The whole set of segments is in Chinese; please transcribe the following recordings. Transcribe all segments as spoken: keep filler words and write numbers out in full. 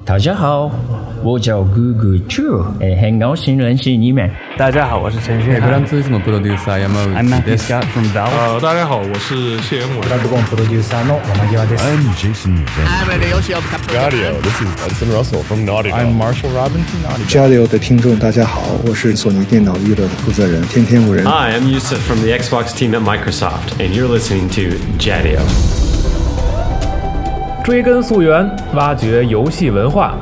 大家好，我叫谷谷猪，哎，很高兴认识你们。 大家好，我是陈旭。 Gran Turismo producer I'm Matthew Scott from Valve。 呃，大家好，我是谢元伟。 I'm Jason Van. I'm Yoshio Jadio. This is Hudson Russell from Naughty Dog. I'm Marshall Robinson. Jadio 的听众大家好，我是索尼电脑娱乐的负责人天天无人。 Hi, I'm Yusuf from the Xbox team at Microsoft, and you're listening to Jadio。 追根溯源，挖掘游戏文化，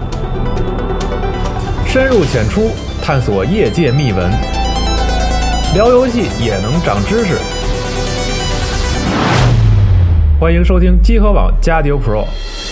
深入浅出，探索业界秘闻，聊游戏也能长知识。欢迎收听机核网加迪欧 Pro。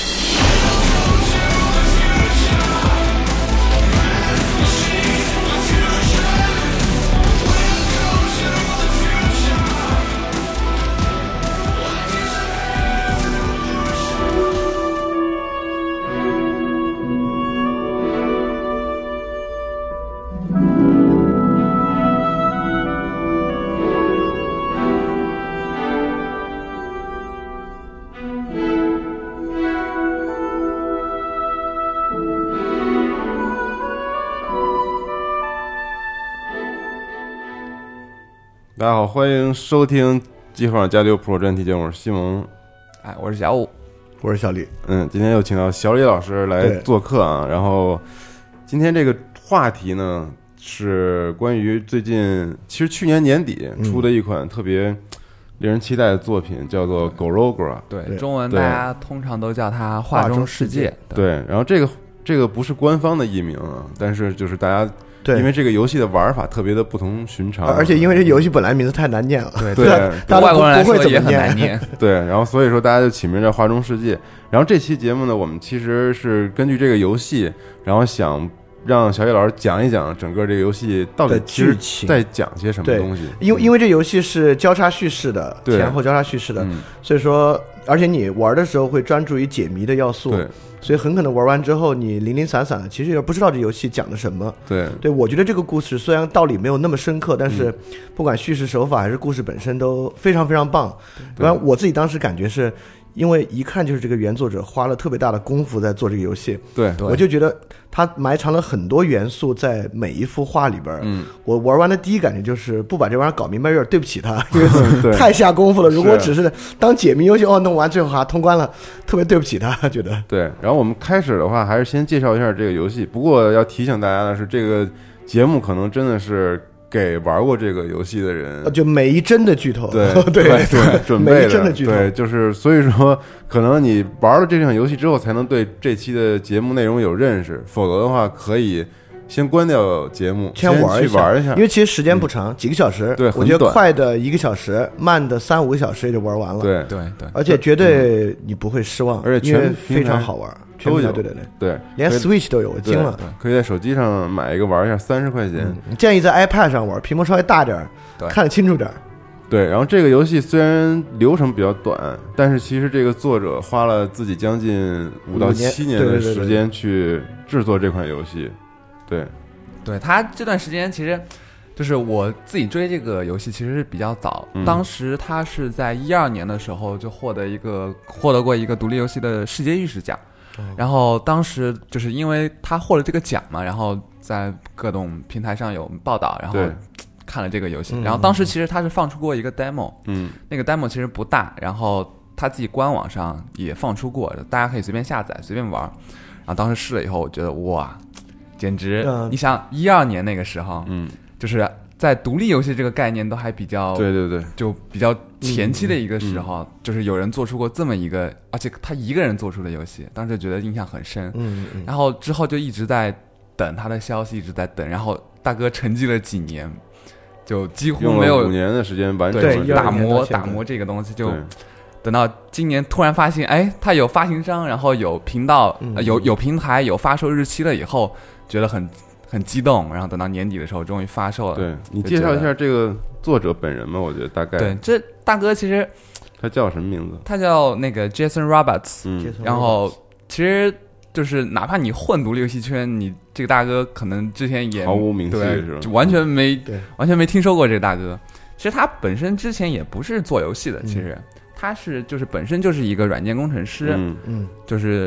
大家好，欢迎收听机核网加六 Pro 专题节目，我是西蒙。 哎，我是小五， 我是小李。 嗯，今天又请到小李老师来做客啊。然后今天这个话题呢，是关于最近，其实去年年底出的一款特别令人期待的作品，嗯、叫做《Gorogoa》。 对，中文大家通常都叫它《画中世界》。 对，然后这个这个不是官方的译名啊，但是就是大家。 对， 因为这个游戏的玩法特别的不同寻常， 而且因为这游戏本来名字太难念了， 对对， 对外国人来说也很难念。 对，然后所以说大家就起名叫《画中世界》。然后这期节目呢，我们其实是根据这个游戏，然后想让小叶老师讲一讲整个这个游戏到底其实在讲些什么东西。 因为因为这游戏是交叉叙事的，前后交叉叙事的，嗯、所以说，而且你玩的时候会专注于解谜的要素。 对。 所以很可能玩完之后你零零散散的，其实也不知道这游戏讲的什么。 对对，我觉得这个故事虽然道理没有那么深刻，但是不管叙事手法还是故事本身都非常非常棒。然后我自己当时感觉是因为一看就是这个原作者花了特别大的功夫在做这个游戏， 对， 我就觉得他埋藏了很多元素在每一幅画里边。嗯，我玩完的第一感觉就是不把这玩意儿搞明白有点对不起他，因为太下功夫了。如果只是当解谜游戏哦弄完最后还通关了，特别对不起他，觉得。 对，然后我们开始的话还是先介绍一下这个游戏。不过要提醒大家的是，这个节目可能真的是给玩过这个游戏的人， 就每一帧的剧透， 对对对, 对，准备每一帧的剧透， 对，就是所以说，可能你玩了这场游戏之后，才能对这期的节目内容有认识，否则的话，可以先关掉节目， 先玩一下， 玩一下， 因为其实时间不长，嗯、几个小时， 对， 我觉得快的一个小时，慢的三五个小时也就玩完了， 对对对， 而且绝对你不会失望， 而且全非常好玩。 都有， 对对对对， 连 Switch 都有，我惊了。 可以在手机上买一个玩一下，三十块钱。 嗯、建议在 iPad 上玩，屏幕稍微大点，看得清楚点。 对，然后这个游戏虽然流程比较短，但是其实这个作者花了自己将近五到七年的时间去制作这款游戏。对， 对他这段时间其实。就是我自己追这个游戏其实是比较早， 嗯、 当时他是在一二年的时候就获得一个获得过一个独立游戏的世界预示奖，哦、然后当时就是因为他获了这个奖嘛，然后在各种平台上有报道，然后看了这个游戏，然后当时其实他是放出过一个 demo， 嗯， 那个 demo 其实不大，然后他自己官网上也放出过，大家可以随便下载随便玩，然后当时试了以后，我觉得哇，简直！嗯、你想一二年那个时候， 嗯。 就是在独立游戏这个概念都还比较， 对对对， 就比较前期的一个时候，嗯、就是有人做出过这么一个，而且他一个人做出的游戏，当时觉得印象很深。 嗯嗯。 然后之后就一直在等他的消息，一直在等。然后大哥沉寂了几年，就几乎没有五年的时间完成对打磨打磨这个东西，就等到今年突然发现，哎，他有发行商，然后有频道， 嗯呃、有有平台，有发售日期了以后，觉得很。很激动，然后等到年底的时候终于发售了。 对，你介绍一下这个作者本人吗？我觉得大概对，这大哥其实他叫什么名字？ 他叫那个 Jason Roberts， 嗯， 然后其实就是哪怕你混独立游戏圈，你这个大哥可能之前也毫无名气， 对， 是吧？ 就完全没对， 完全没听说过这个大哥。其实他本身之前也不是做游戏的，其实、嗯、他是就是本身就是一个软件工程师， 嗯嗯， 就是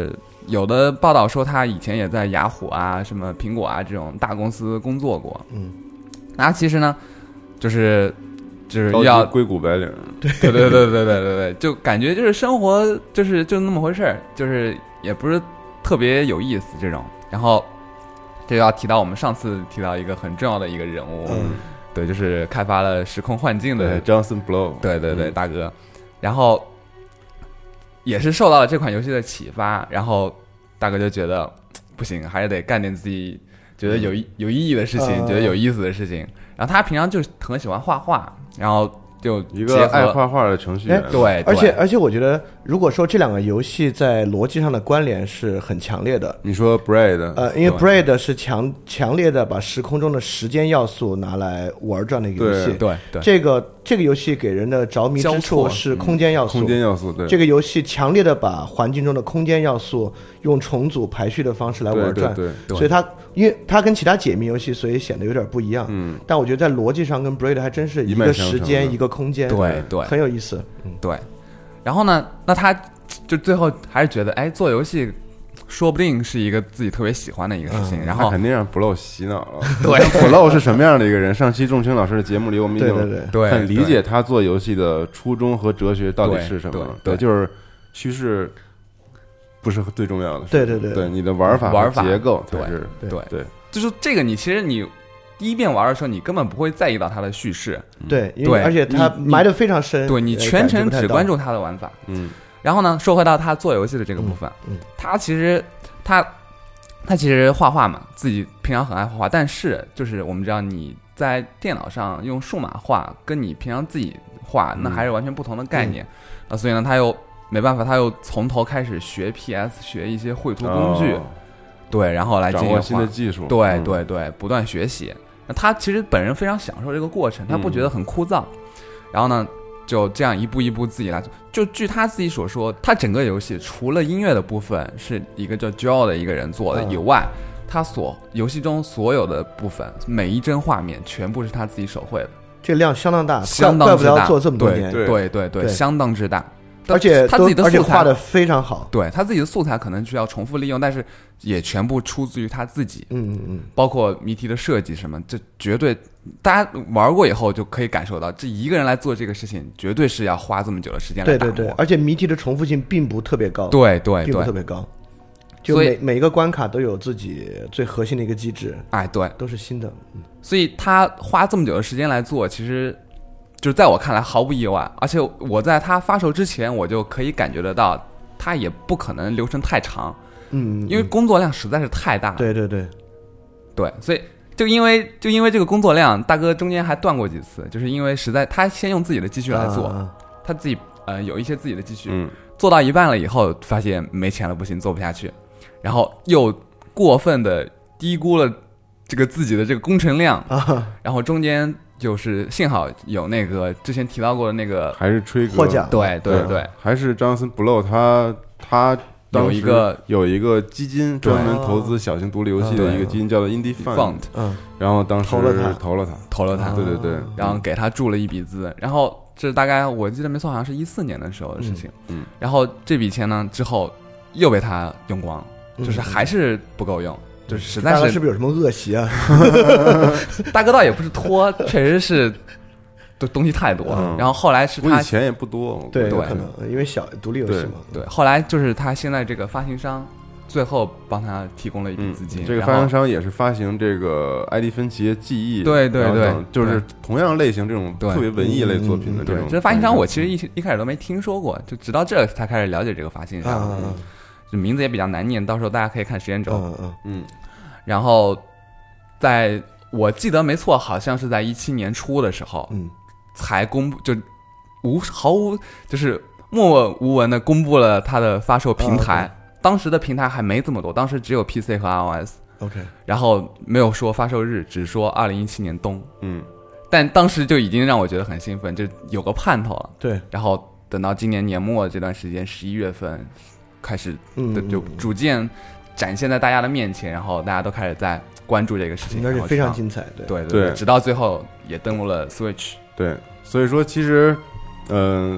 有的报道说他以前也在雅虎啊、什么苹果啊这种大公司工作过。嗯，那其实呢，就是就是要硅谷白领， 对对对对对对对对，就感觉就是生活就是就那么回事儿，就是也不是特别有意思这种。然后这要提到我们上次提到一个很重要的一个人物，嗯，对，就是开发了时空幻境的 Johnson Blow， 对对对，大哥，然后。也是受到了这款游戏的启发，然后大哥就觉得不行，还是得干点自己觉得有有意义的事情，嗯、觉得有意思的事情。然后他平常就很喜欢画画，然后就一个爱画画的程序员。 对， 而且而且我觉得，如果说这两个游戏在逻辑上的关联是很强烈的。 你说 Braid， 呃，因为 Braid 是强强烈的把时空中的时间要素拿来玩这样的一个游戏。 对 对, 对， 这个。这个游戏给人的着迷之处是空间要素， 嗯、空间要素对。 这个游戏强烈的把环境中的空间要素用重组排序的方式来玩转， 对对对， 所以它因为它跟其他解谜游戏，所以显得有点不一样。嗯，但我觉得在逻辑上跟 Braid 还真是一个时间一个空间， 对对， 很有意思。 嗯，对。然后呢，那他就最后还是觉得，哎，做游戏。说不定是一个自己特别喜欢的一个事情，嗯、然后肯定让 Blow 洗脑了。 对 ，Blow 是什么样的一个人？上期仲青老师的节目里，我们已经很理解他做游戏的初衷和哲学到底是什么。 对， 对就是叙事不是最重要的。 对对对， 对你的玩法、 玩法结构才是。 对对, 对， 就是这个，你其实你第一遍玩的时候，你根本不会在意到它的叙事。 对，因为而且它埋得非常深。 对你全程只关注它的玩法。 嗯。 然后呢，说回到他做游戏的这个部分， 嗯，嗯他其实他他其实画画嘛，自己平常很爱画画，但是就是我们知道你在电脑上用数码画，跟你平常自己画那还是完全不同的概念，啊、嗯，所以呢，他又没办法，他又从头开始学 P S， 学一些绘图工具，哦、对，然后来进行掌握新的技术， 对对对，不断学习。那他其实本人非常享受这个过程，他不觉得很枯燥，嗯、然后呢。就这样一步一步自己来做。就据他自己所说，他整个游戏除了音乐的部分是一个叫 Joel 的一个人做的以外，嗯、他所游戏中所有的部分，每一帧画面全部是他自己手绘的。 这个量相当大， 相当之大， 怪不得要做这么多年。 对对对 对, 对，相当之大。 而且他自己的素材而且画的非常好。 对他自己的素材可能需要重复利用，但是也全部出自于他自己。 嗯嗯嗯， 包括谜题的设计什么，这绝对大家玩过以后就可以感受到，这一个人来做这个事情，绝对是要花这么久的时间来打磨。 对对对，而且谜题的重复性并不特别高。 对对对， 并不特别高。就每每一个关卡都有自己最核心的一个机制。 哎，对， 都是新的。嗯， 所以他花这么久的时间来做，其实。就是在我看来毫不意外，而且我在它发售之前，我就可以感觉得到，它也不可能流程太长， 嗯， 因为工作量实在是太大了。 对对对， 对，所以就因为就因为这个工作量，大哥中间还断过几次，就是因为实在他先用自己的积蓄来做，啊、他自己呃有一些自己的积蓄， 嗯， 做到一半了以后，发现没钱了，不行，做不下去，然后又过分的低估了这个自己的这个工程量， 啊、 然后中间。就是幸好有那个之前提到过的那个还是吹哥获奖， 对对 对, 对， 还是 Johnson Blow 他他有一个有一个基金专门投资小型独立游戏的一个基金叫做 Indie Fund， 嗯， 然后当时投了他投了他投了他， 对对对， 然后给他注了一笔资，然后这大概我记得没错，好像是一四年的时候的事情， 嗯， 然后这笔钱呢之后又被他用光了，就是还是不够用。就是实在是， 大哥是不是有什么恶习啊？ 大哥倒也不是拖，确实是东西太多。 嗯、 然后后来是他钱也不多， 对， 对可能因为小独立游戏嘛。 对，对后来就是他现在这个发行商最后帮他提供了一笔资金、 嗯。这个发行商也是发行这个艾迪芬奇的记忆， 对对对， 就是同样类型这种特别文艺类作品的这种。 这发行商我其实一一开始都没听说过，就直到这才开始了解这个发行商。 嗯嗯就名字也比较难念，到时候大家可以看时间轴。 嗯嗯嗯。 然后，在我记得没错，好像是在一七年初的时候， 嗯， 才公布，就无毫无就是默默无闻的公布了它的发售平台。 哦 okay、 当时的平台还没这么多，当时只有 P C 和 iOS。OK。然后没有说发售日，只说二零一七年冬。 嗯。 但当时就已经让我觉得很兴奋，就有个盼头了。 对。 然后等到今年年末这段时间，十一月份。开始的就逐渐展现在大家的面前，然后大家都开始在关注这个事情， 应该是非常精彩。对对 对, 对，直到最后也登陆了 Switch。 对，所以说其实，嗯、呃，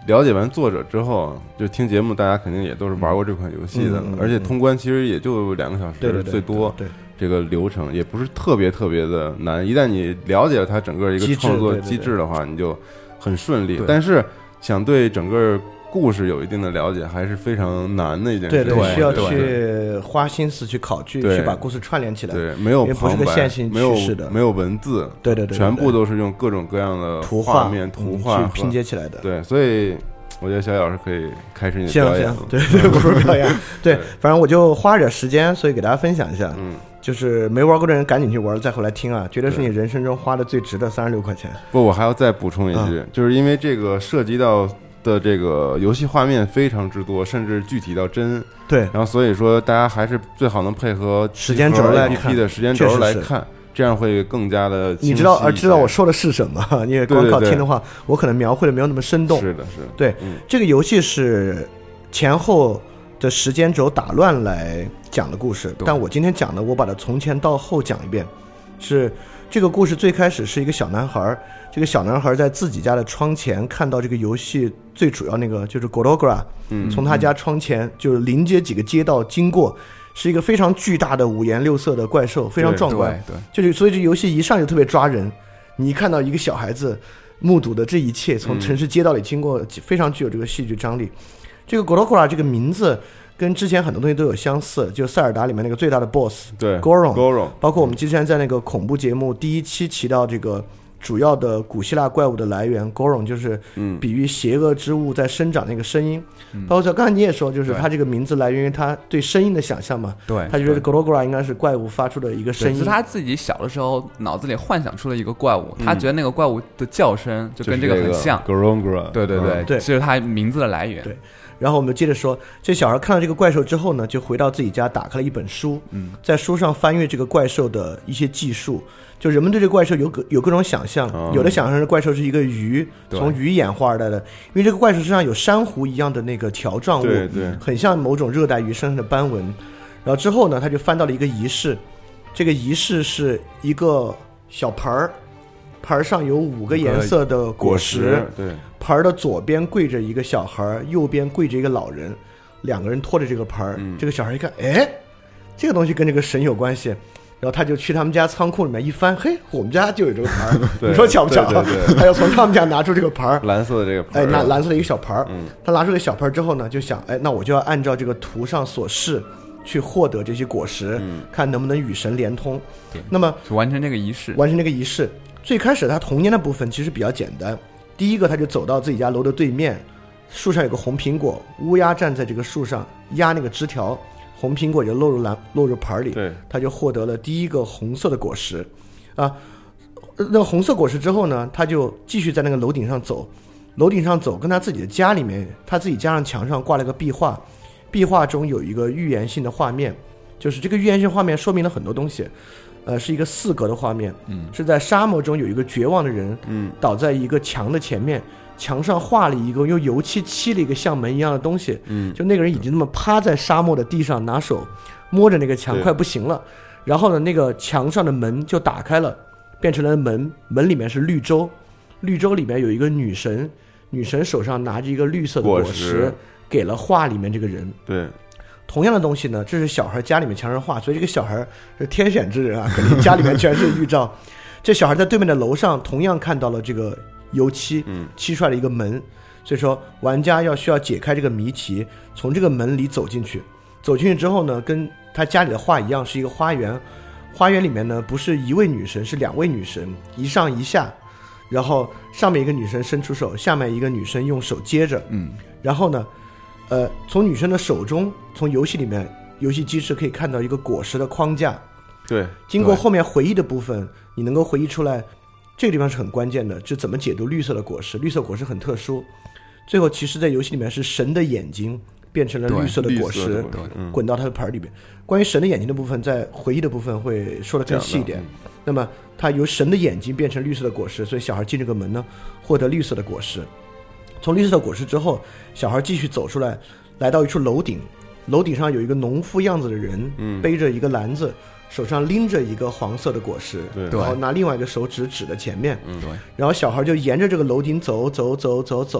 了解完作者之后，就听节目，大家肯定也都是玩过这款游戏的， 嗯嗯嗯、 而且通关其实也就两个小时最多， 对， 这个流程也不是特别特别的难。一旦你了解了它整个一个创作机制的话，你就很顺利。但是想对整个故事有一定的了解，还是非常难的一件事。 对对，需要去花心思去考据，去把故事串联起来。 对，没有旁白， 不是个线性没有叙事的， 没有文字， 对对 对, 对， 全部都是用各种各样的图画面、图画去拼接起来的。 对，所以我觉得小老师可以开始你的表演了。 对对，不是表演。对，反正我就花点时间，所以给大家分享一下。嗯，就是没玩过的人赶紧去玩，再回来听啊，绝对是你人生中花的最值的三十六块钱。 不，我还要再补充一句，嗯、就是因为这个涉及到的这个游戏画面非常之多，甚至具体到真。 对， 然后所以说大家还是最好能配合时间轴来看 A P P 的时间轴来看，这样会更加的你知道而知道我说的是什么，因为光靠听的话，对对对，我可能描绘的没有那么生动。 是的，是的。 对，嗯、这个游戏是前后的时间轴打乱来讲的故事，但我今天讲的，我把它从前到后讲一遍。是这个故事最开始是一个小男孩，这个小男孩在自己家的窗前看到这个游戏最主要那个就是 Gorogra，嗯，从他家窗前就是临街几个街道经过，是一个非常巨大的五颜六色的怪兽，非常壮观。 对，对就是所以这游戏一上就特别抓人，你一看到一个小孩子目睹的这一切从城市街道里经过，非常具有这个戏剧张力。这个 Gorogra 这个名字跟之前很多东西都有相似，就塞尔达里面那个最大的 boss， 对 Goron， Goron， 包括我们之前在那个恐怖节目第一期提到这个主要的古希腊怪物的来源 Goron， 就是比喻邪恶之物在生长那个声音。嗯、包括刚才你也说，就是他这个名字来源于他对声音的想象嘛， 对， 他就觉得 Gorogra 应该是怪物发出的一个声音， 是他自己小的时候脑子里幻想出了一个怪物，嗯、他觉得那个怪物的叫声就跟这个很像 Gorogra， 对对对， 对， 这是他名字的来源。 对。然后我们接着说，这小孩看到这个怪兽之后呢，就回到自己家，打开了一本书，嗯，在书上翻阅这个怪兽的一些技术。就人们对这个怪兽有各有各种想象，哦、有的想象是怪兽是一个鱼，从鱼演化而来的，因为这个怪兽身上有珊瑚一样的那个条状物， 对对， 很像某种热带鱼身上的斑纹。然后之后呢，他就翻到了一个仪式，这个仪式是一个小盆儿，盆上有五个颜色的果实， 果实对。 盆的左边跪着一个小孩，右边跪着一个老人，两个人拖着这个盆、嗯、这个小孩一看，哎，这个东西跟这个神有关系，然后他就去他们家仓库里面一翻，嘿，我们家就有这个盆你说巧不巧？ 对对对， 他就从他们家拿出这个盆， 蓝色的这个盆， 哎，拿蓝色的一个小盆、 嗯、 他拿出个小盆之后呢，就想，哎，那我就要按照这个图上所示去获得这些果实、嗯、看能不能与神连通。那么完成这个仪式， 完成这个仪式。最开始他童年的部分其实比较简单，第一个他就走到自己家楼的对面，树上有个红苹果，乌鸦站在这个树上压那个枝条，红苹果就落入篮落入盆里， 对， 他就获得了第一个红色的果实啊。那个红色果实之后呢，他就继续在那个楼顶上走，楼顶上走跟他自己的家里面，他自己家上墙上挂了个壁画，壁画中有一个预言性的画面，就是这个预言性画面说明了很多东西。呃，是一个四格的画面，嗯，是在沙漠中有一个绝望的人，嗯，倒在一个墙的前面，墙上画了一个用油漆漆了一个像门一样的东西，嗯，就那个人已经那么趴在沙漠的地上，拿手摸着那个墙，快不行了。然后呢，那个墙上的门就打开了，变成了门，门里面是绿洲，绿洲里面有一个女神，女神手上拿着一个绿色的果实，果实给了画里面这个人， 对。 同样的东西呢，这是小孩家里面墙上画，所以这个小孩是天选之人啊，肯定家里面全是预兆。这小孩在对面的楼上同样看到了这个油漆，漆出来的一个门，所以说玩家要需要解开这个谜题，从这个门里走进去。走进去之后呢，跟他家里的画一样，是一个花园。花园里面呢，不是一位女神，是两位女神，一上一下。然后上面一个女生伸出手，下面一个女生用手接着，嗯，然后呢。呃，从女生的手中，从游戏里面，游戏机制可以看到一个果实的框架。 对， 经过后面回忆的部分，你能够回忆出来，这个地方是很关键的，就怎么解读绿色的果实。绿色果实很特殊，最后其实在游戏里面是神的眼睛变成了绿色的果实，滚到他的盆里面。关于神的眼睛的部分，在回忆的部分会说得更细一点。那么，它由神的眼睛变成绿色的果实，所以小孩进这个门呢，获得绿色的果实。从绿色的果实之后，小孩继续走出来，来到一处楼顶，楼顶上有一个农夫样子的人，嗯，背着一个篮子，手上拎着一个黄色的果实，对，然后拿另外一个手指指着前面，嗯，对，然后小孩就沿着这个楼顶走走走走走，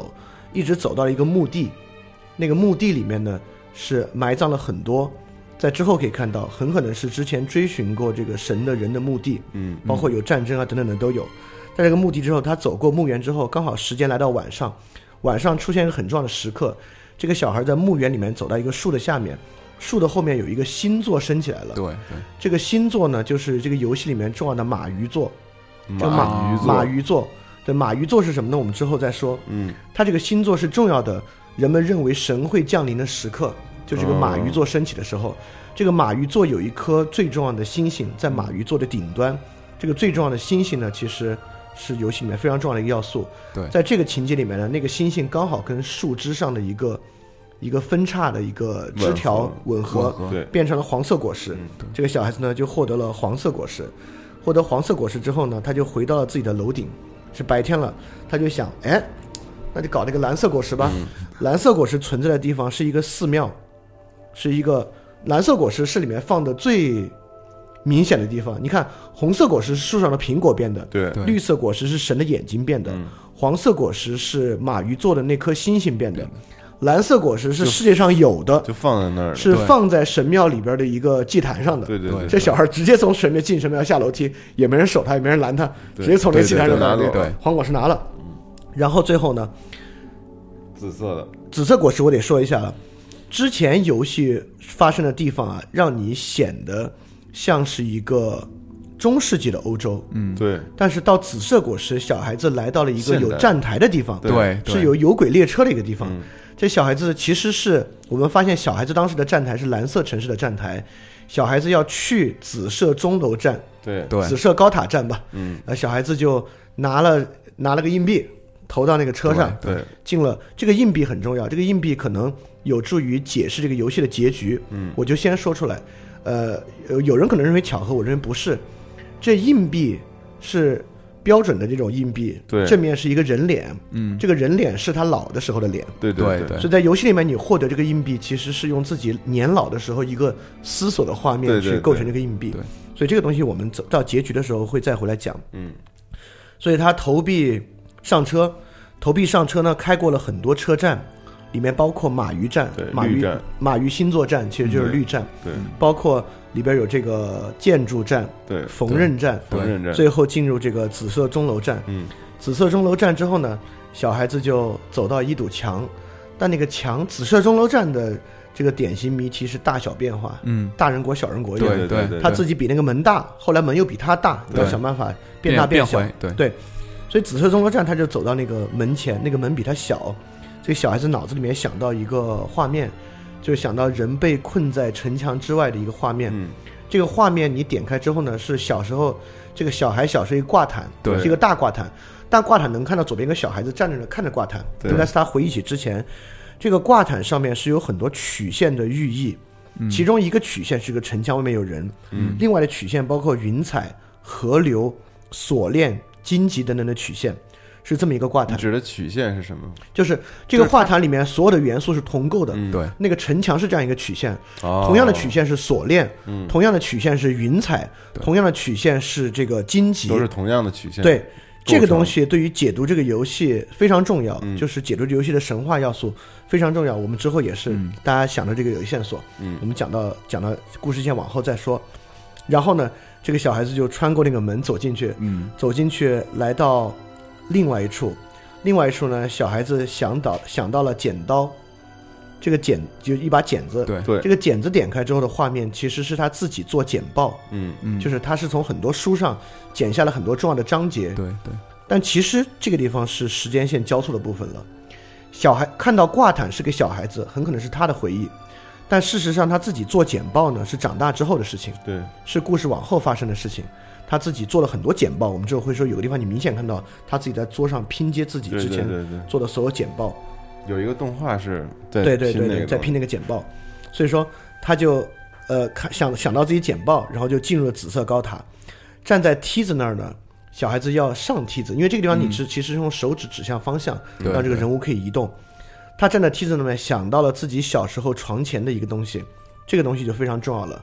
一直走到了一个墓地，那个墓地里面呢是埋葬了很多，在之后可以看到很可能是之前追寻过这个神的人的墓地， 嗯， 包括有战争啊等等的都有。在这个墓地之后，他走过墓园之后，刚好时间来到晚上，晚上出现一个很重要的时刻，这个小孩在墓园里面走到一个树的下面，树的后面有一个星座升起来了。 对对， 这个星座呢，就是这个游戏里面重要的马鱼座。这个马鱼座， 马鱼座，对，马鱼座是什么呢？我们之后再说。 嗯， 它这个星座是重要的，人们认为神会降临的时刻，就这个马鱼座升起的时候。哦、这个马鱼座有一颗最重要的星星在马鱼座的顶端，这个最重要的星星呢，其实是游戏里面非常重要的一个要素。 对， 在这个情节里面呢，那个星星刚好跟树枝上的一个一个分叉的一个枝条吻合， 吻合对， 变成了黄色果实。 嗯、 这个小孩子呢就获得了黄色果实。获得黄色果实之后呢，他就回到了自己的楼顶，是白天了，他就想，哎，那就搞那个蓝色果实吧。嗯、蓝色果实存在的地方是一个寺庙，是一个蓝色果实是里面放的最明显的地方。你看，红色果实是树上的苹果变的， 对， 绿色果实是神的眼睛变的，嗯、黄色果实是马鱼座的那颗星星变的。蓝色果实是世界上有的， 就放在那儿， 是放在神庙里边的一个祭坛上的。 对对对， 这小孩直接从神庙进神庙下楼梯，也没人守他，也没人拦他，直接从这个祭坛上拿了。 对， 黄果实拿了，然后最后呢， 紫色的紫色果实我得说一下了。之前游戏发生的地方啊，让你显得像是一个中世纪的欧洲， 嗯， 对。 但是到紫色果实，小孩子来到了一个有站台的地方， 对， 是有有轨列车的一个地方。嗯，这小孩子其实是我们发现，小孩子当时的站台是蓝色城市的站台，小孩子要去紫色钟楼站， 对对， 紫色高塔站吧， 嗯， 呃，小孩子就拿了拿了个硬币投到那个车上， 对，对进了。这个硬币很重要，这个硬币可能有助于解释这个游戏的结局， 嗯， 我就先说出来，呃，有人可能认为巧合，我认为不是，这硬币是标准的这种硬币， 对， 正面是一个人脸， 嗯， 这个人脸是他老的时候的脸， 对对对, 对， 所以在游戏里面你获得这个硬币，其实是用自己年老的时候一个思索的画面去构成这个硬币， 对对对， 所以这个东西我们走到结局的时候会再回来讲， 嗯， 所以他投币上车，投币上车呢，开过了很多车站，里面包括马鱼站，马鱼马鱼星座站其实就是绿站， 对，对包括里边有这个建筑站， 对， 缝纫站， 缝纫站， 最后进入这个紫色钟楼站。 嗯， 紫色钟楼站之后呢，小孩子就走到一堵墙，但那个墙，紫色钟楼站的这个典型谜题是大小变化， 嗯， 大人国小人国一样， 对对对， 他自己比那个门大，后来门又比他大，要想办法变大变小， 对对，所以紫色钟楼站他就走到那个门前，那个门比他小，这个小孩子脑子里面想到一个画面，就是想到人被困在城墙之外的一个画面。 嗯， 这个画面你点开之后呢，是小时候这个小孩小时候一个挂毯， 对， 是一个大挂毯，大挂毯能看到左边一个小孩子站着看着挂毯，应该是他回忆起之前，这个挂毯上面是有很多曲线的寓意，嗯，其中一个曲线是个城墙外面有人， 嗯， 另外的曲线包括云彩、河流、锁链、荆棘等等的曲线。是这么一个挂毯。 你指的曲线是什么？ 就是这个画毯里面所有的元素是同构的。 嗯， 对， 那个城墙是这样一个曲线， 哦， 同样的曲线是锁链， 嗯， 同样的曲线是云彩，同样的曲线是这个荆棘， 都是同样的曲线。 对，这个东西对于解读这个游戏非常重要， 嗯， 就是解读这游戏的神话要素非常重要。我们之后也是， 嗯， 大家想到这个有线索， 嗯， 我们讲到讲到故事线往后再说。然后呢，这个小孩子就穿过那个门走进去， 嗯， 走进去来到另外一处。另外一处呢，小孩子想到想到了剪刀，这个剪就一把剪子， 对对， 这个剪子点开之后的画面其实是他自己做简报， 嗯嗯， 就是他是从很多书上剪下了很多重要的章节， 对对， 但其实这个地方是时间线交错的部分了。小孩看到挂毯是给小孩子，很可能是他的回忆，但事实上他自己做简报呢是长大之后的事情， 对， 是故事往后发生的事情。他自己做了很多简报，我们之后会说有个地方你明显看到他自己在桌上拼接自己之前做的所有简报。 有一个动画是在对对对对在拼那个简报，所以说他就呃看想想到自己简报，然后就进入了紫色高塔，站在梯子那儿呢。小孩子要上梯子，因为这个地方你是、嗯、其实用手指指向方向，让这个人物可以移动。他站在梯子那边想到了自己小时候床前的一个东西，这个东西就非常重要了。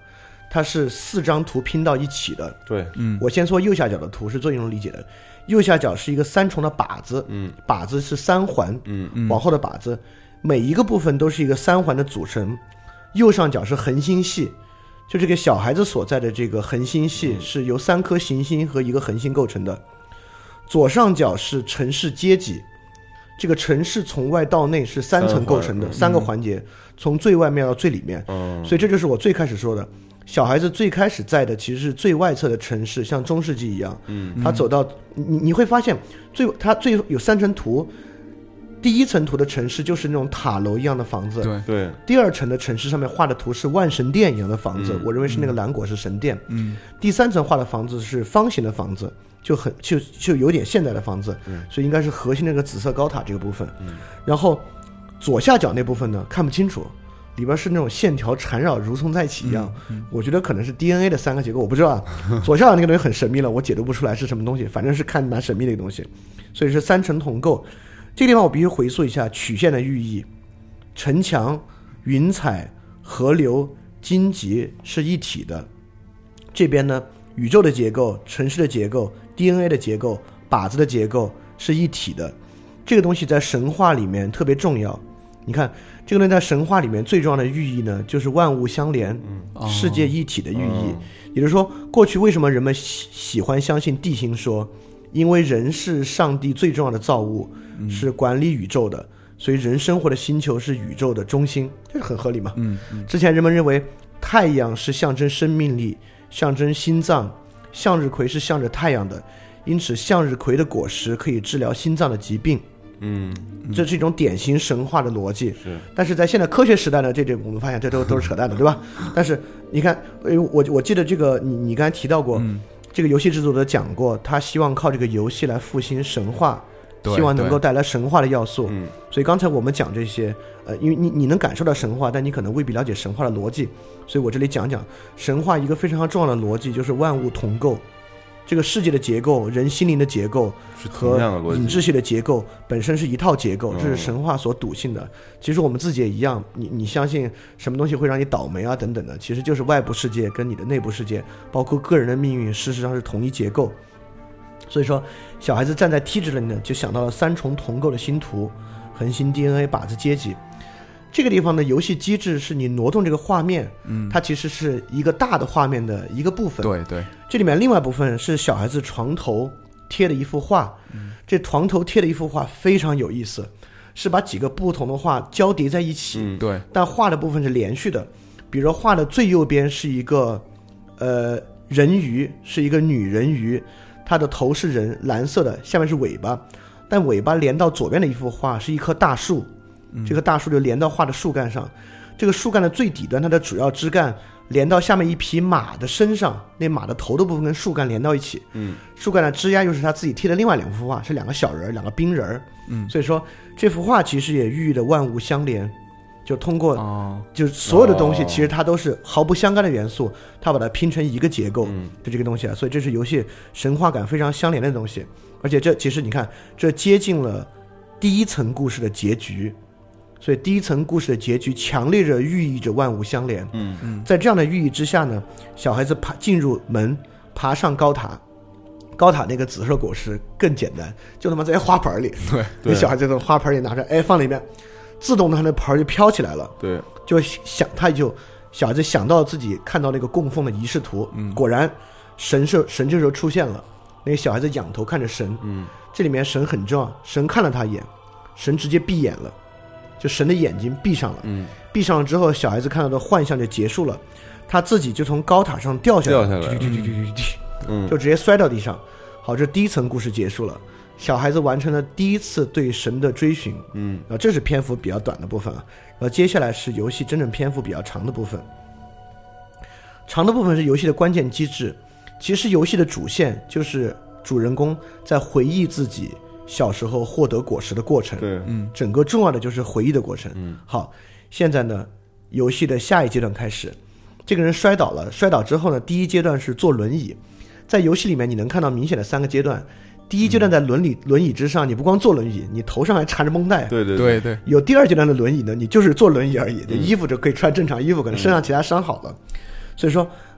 它是四张图拼到一起的。 对， 嗯， 我先说右下角的图是最容易理解的。右下角是一个三重的靶子， 嗯， 靶子是三环， 嗯嗯往后的靶子，每一个部分都是一个三环的组成。右上角是恒星系，就这个小孩子所在的这个恒星系是由三颗行星和一个恒星构成的。左上角是城市阶级，这个城市从外到内是三层构成的，三个环节，从最外面到最里面。 嗯， 所以这就是我最开始说的，小孩子最开始在的其实是最外侧的城市，像中世纪一样。 嗯， 他走到你你会发现最他最有三层图，第一层图的城市就是那种塔楼一样的房子， 对对， 第二层的城市上面画的图是万神殿一样的房子， 嗯我认为是那个蓝果是神殿。 嗯， 第三层画的房子是方形的房子，就很就就有点现代的房子， 嗯所以应该是核心那个紫色高塔这个部分。 嗯， 然后左下角那部分呢看不清楚，里边是那种线条缠绕如葱在一起一样， 嗯嗯我觉得可能是 D N A 的三个结构，我不知道啊。左下角那个东西很神秘了，我解读不出来是什么东西，反正是看蛮神秘的一个东西，所以是三层同构。这个地方我必须回溯一下曲线的寓意，城墙、云彩、河流、荆棘是一体的。这边呢，宇宙的结构、城市的结构、D N A 的结构、靶子的结构是一体的。这个东西在神话里面特别重要。你看，这个东西在神话里面最重要的寓意呢，就是万物相连、 嗯、 世界一体的寓意。 哦、 也就是说，过去为什么人们喜喜欢相信地心说？因为人是上帝最重要的造物，嗯、是管理宇宙的，所以人生活的星球是宇宙的中心，这是很合理嘛？ 嗯嗯、 之前人们认为太阳是象征生命力，象征心脏，向日葵是向着太阳的，因此向日葵的果实可以治疗心脏的疾病。 嗯， 这是一种典型神话的逻辑。 是， 但是在现在科学时代呢，这这我们发现这都都是扯淡的，对吧？但是你看，我我记得这个你你刚才提到过。嗯，这个游戏制作者讲过，他希望靠这个游戏来复兴神话，希望能够带来神话的要素。 嗯， 所以刚才我们讲这些，呃，因为你你能感受到神话，但你可能未必了解神话的逻辑，所以我这里讲讲神话一个非常重要的逻辑，就是万物同构。这个世界的结构、人心灵的结构和隐秩序的结构本身是一套结构，这是神话所笃信的。嗯、其实我们自己也一样，你你相信什么东西会让你倒霉啊等等的，其实就是外部世界跟你的内部世界，包括个人的命运，事实上是同一结构。所以说，小孩子站在梯子里呢，就想到了三重同构的星图：恒星、D N A、靶子、阶级。这个地方的游戏机制是你挪动这个画面，嗯，它其实是一个大的画面的一个部分。 对对， 这里面另外一部分是小孩子床头贴的一幅画，嗯、这床头贴的一幅画非常有意思，是把几个不同的画交叠在一起， 嗯、对， 但画的部分是连续的。比如说画的最右边是一个呃人鱼，是一个女人鱼，它的头是人，蓝色的，下面是尾巴，但尾巴连到左边的一幅画是一棵大树。这个大树就连到画的树干上，这个树干的最底端，它的主要枝干连到下面一匹马的身上，那马的头的部分跟树干连到一起。嗯，树干的枝丫又是他自己贴的另外两幅画，是两个小人，两个冰人。嗯，所以说这幅画其实也寓意的万物相连，就通过，哦、就所有的东西其实它都是毫不相干的元素，它把它拼成一个结构，嗯、就这个东西啊。所以这是游戏神话感非常相连的东西，而且这其实你看，这接近了第一层故事的结局。所以第一层故事的结局强烈着寓意着万物相连。嗯嗯，在这样的寓意之下呢，小孩子爬进入门，爬上高塔，高塔那个紫色果实更简单，就他妈在花盆里。 对， 那小孩子从花盆里拿着，哎，放里面，自动的他那盆就飘起来了。 对， 就想他就小孩子想到自己看到那个供奉的仪式图，嗯，果然神是神这时候出现了。那个小孩子仰头看着神，嗯，这里面神很重要，神看了他一眼，神直接闭眼了。就神的眼睛闭上了，嗯，闭上了之后，小孩子看到的幻象就结束了，他自己就从高塔上掉下来， 掉下来， 嗯，就直接摔到地上。好，这第一层故事结束了，小孩子完成了第一次对神的追寻，嗯，然后这是篇幅比较短的部分啊，然后接下来是游戏真正篇幅比较长的部分。长的部分是游戏的关键机制，其实游戏的主线就是主人公在回忆自己小时候获得果实的过程， 对， 嗯，整个重要的就是回忆的过程。嗯，好，现在呢，游戏的下一阶段开始，这个人摔倒了，摔倒之后呢，第一阶段是坐轮椅，在游戏里面你能看到明显的三个阶段。第一阶段在轮椅、嗯、轮椅之上，你不光坐轮椅，你头上还缠着绷带。 对对对对。 有第二阶段的轮椅呢，你就是坐轮椅而已，嗯、衣服就可以穿正常衣服，可能身上其他伤好了。嗯、所以说，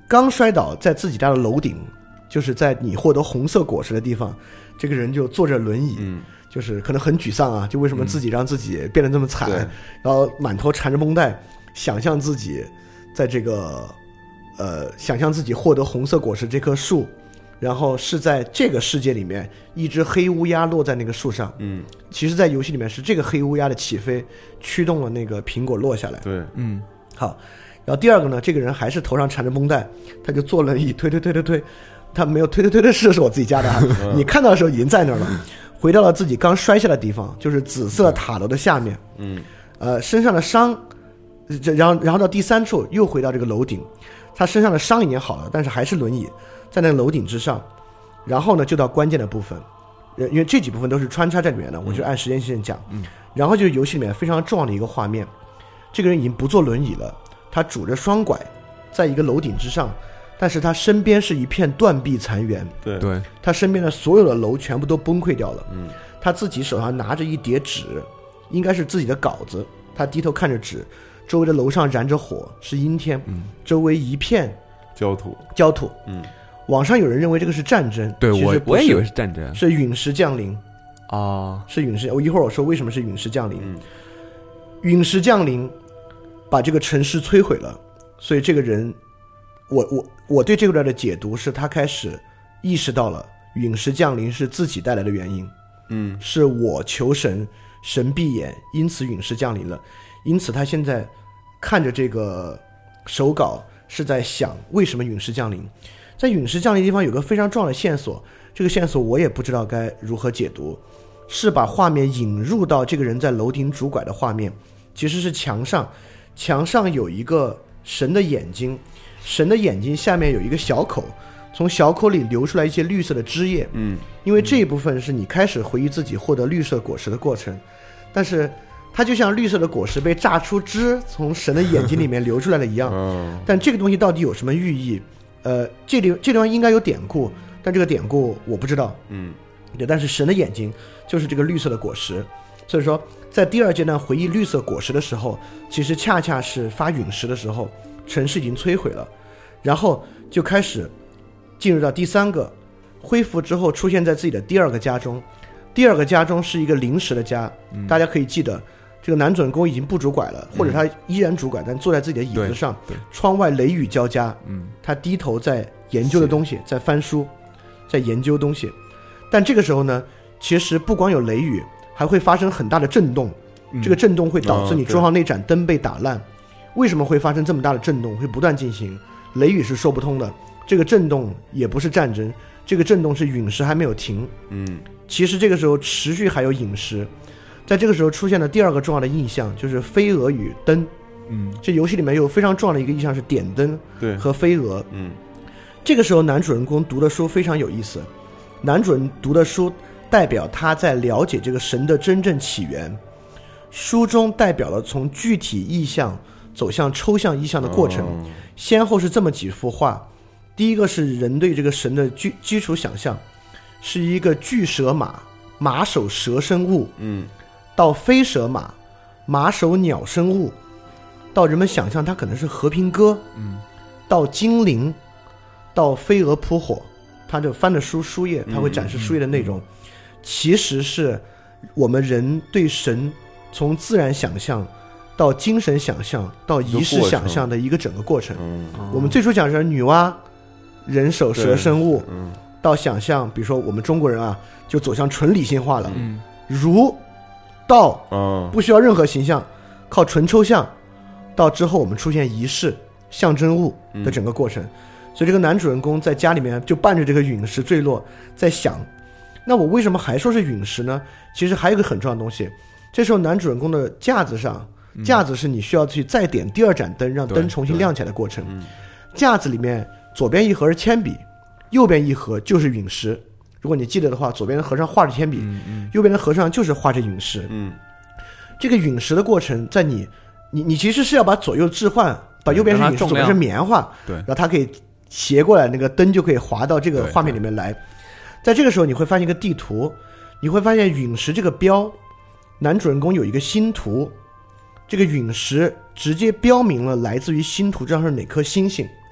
刚摔倒在自己家的楼顶，就是在你获得红色果实的地方，这个人就坐着轮椅， 嗯， 就是可能很沮丧啊，就为什么自己让自己变得这么惨， 嗯、 然后满头缠着绷带，想象自己在这个呃，想象自己获得红色果实这棵树，然后是在这个世界里面一只黑乌鸦落在那个树上， 嗯， 其实在游戏里面是这个黑乌鸦的起飞驱动了那个苹果落下来， 对， 嗯， 好。然后第二个呢，这个人还是头上缠着绷带，他就坐轮椅推推推推推，他没有推推推推是是我自己家的啊，你看到的时候已经在那儿了，回到了自己刚摔下的地方，就是紫色塔楼的下面， 嗯， 呃，身上的伤，然后然后到第三处又回到这个楼顶，他身上的伤已经好了，但是还是轮椅在那个楼顶之上，然后呢就到关键的部分，因为这几部分都是穿插在里面的，我就按时间线讲， 嗯， 然后就是游戏里面非常重要的一个画面，这个人已经不坐轮椅了。他拄着双拐，在一个楼顶之上，但是他身边是一片断壁残垣。 对对， 他身边的所有的楼全部都崩溃掉了。 嗯， 他自己手上拿着一叠纸，应该是自己的稿子。他低头看着纸，周围的楼上燃着火，是阴天。 嗯， 周围一片焦土， 焦土。 嗯， 网上有人认为这个是战争， 对我其实不是我也以为是战争， 是陨石降临啊， 是陨石。我一会儿我说为什么是陨石降临。 嗯， 陨石降临。把这个城市摧毁了，所以这个人，我我我对这个段的解读是他开始意识到了陨石降临是自己带来的原因， 嗯， 是我求神，神闭眼，因此陨石降临了，因此他现在看着这个手稿是在想为什么陨石降临。在陨石降临的地方有个非常重要的线索，这个线索我也不知道该如何解读，是把画面引入到这个人在楼顶拄拐的画面，其实是墙上。墙上有一个神的眼睛，神的眼睛下面有一个小口，从小口里流出来一些绿色的汁液。 嗯， 因为这一部分是你开始回忆自己获得绿色果实的过程，但是它就像绿色的果实被榨出汁从神的眼睛里面流出来了一样。 嗯， 但这个东西到底有什么寓意？呃，这里这地方应该有典故，但这个典故我不知道。 嗯， 对，但是神的眼睛就是这个绿色的果实。所以说在第二阶段回忆绿色果实的时候，其实恰恰是发陨石的时候，城市已经摧毁了，然后就开始进入到第三个恢复之后出现在自己的第二个家中。第二个家中是一个临时的家、嗯、大家可以记得这个男主人公已经不拄拐了、嗯、或者他依然拄拐，但坐在自己的椅子上，窗外雷雨交加，嗯，他低头在研究的东西，在翻书，在研究东西。但这个时候呢，其实不光有雷雨，还会发生很大的震动，这个震动会导致你桌上那盏灯被打烂、哦、为什么会发生这么大的震动，会不断进行？雷雨是说不通的，这个震动也不是战争，这个震动是陨石还没有停。 嗯， 其实这个时候持续还有陨石。在这个时候出现了第二个重要的意象，就是飞蛾与灯。 嗯， 这游戏里面有非常重要的一个意象是点灯和飞蛾。 嗯， 这个时候男主人公读的书非常有意思，男主人读的书代表他在了解这个神的真正起源，书中代表了从具体意象走向抽象意象的过程、哦、先后是这么几幅画。第一个是人对这个神的基基础想象，是一个巨蛇马，马首蛇身物， 嗯， 到飞蛇马，马首鸟身物，到人们想象它可能是和平鸽， 嗯， 到精灵，到飞蛾扑火，他就翻着书书页，他会展示书页的内容、嗯嗯、其实是我们人对神从自然想象到精神想象到仪式想象的一个整个过程、嗯、我们最初讲是女娲人首蛇身物、嗯、到想象比如说我们中国人啊就走向纯理性化了、 嗯、 儒道、 嗯、 不需要任何形象，靠纯抽象，到之后我们出现仪式象征物的整个过程、嗯，所以这个男主人公在家里面就伴着这个陨石坠落，在想，那我为什么还说是陨石呢？其实还有一个很重要的东西，这时候男主人公的架子上，架子是你需要去再点第二盏灯，让灯重新亮起来的过程。架子里面左边一盒是铅笔，右边一盒就是陨石。如果你记得的话，左边的盒上画着铅笔， 嗯嗯、 右边的盒上就是画着陨石。 嗯， 这个陨石的过程，在你你你其实是要把左右置换，把右边是陨石，左边是棉花， 对， 然后它可以斜过来，那个灯就可以滑到这个画面里面来。在这个时候你会发现一个地图，你会发现陨石这个标，男主人公有一个星图，这个陨石直接标明了来自于星图上是哪颗星星，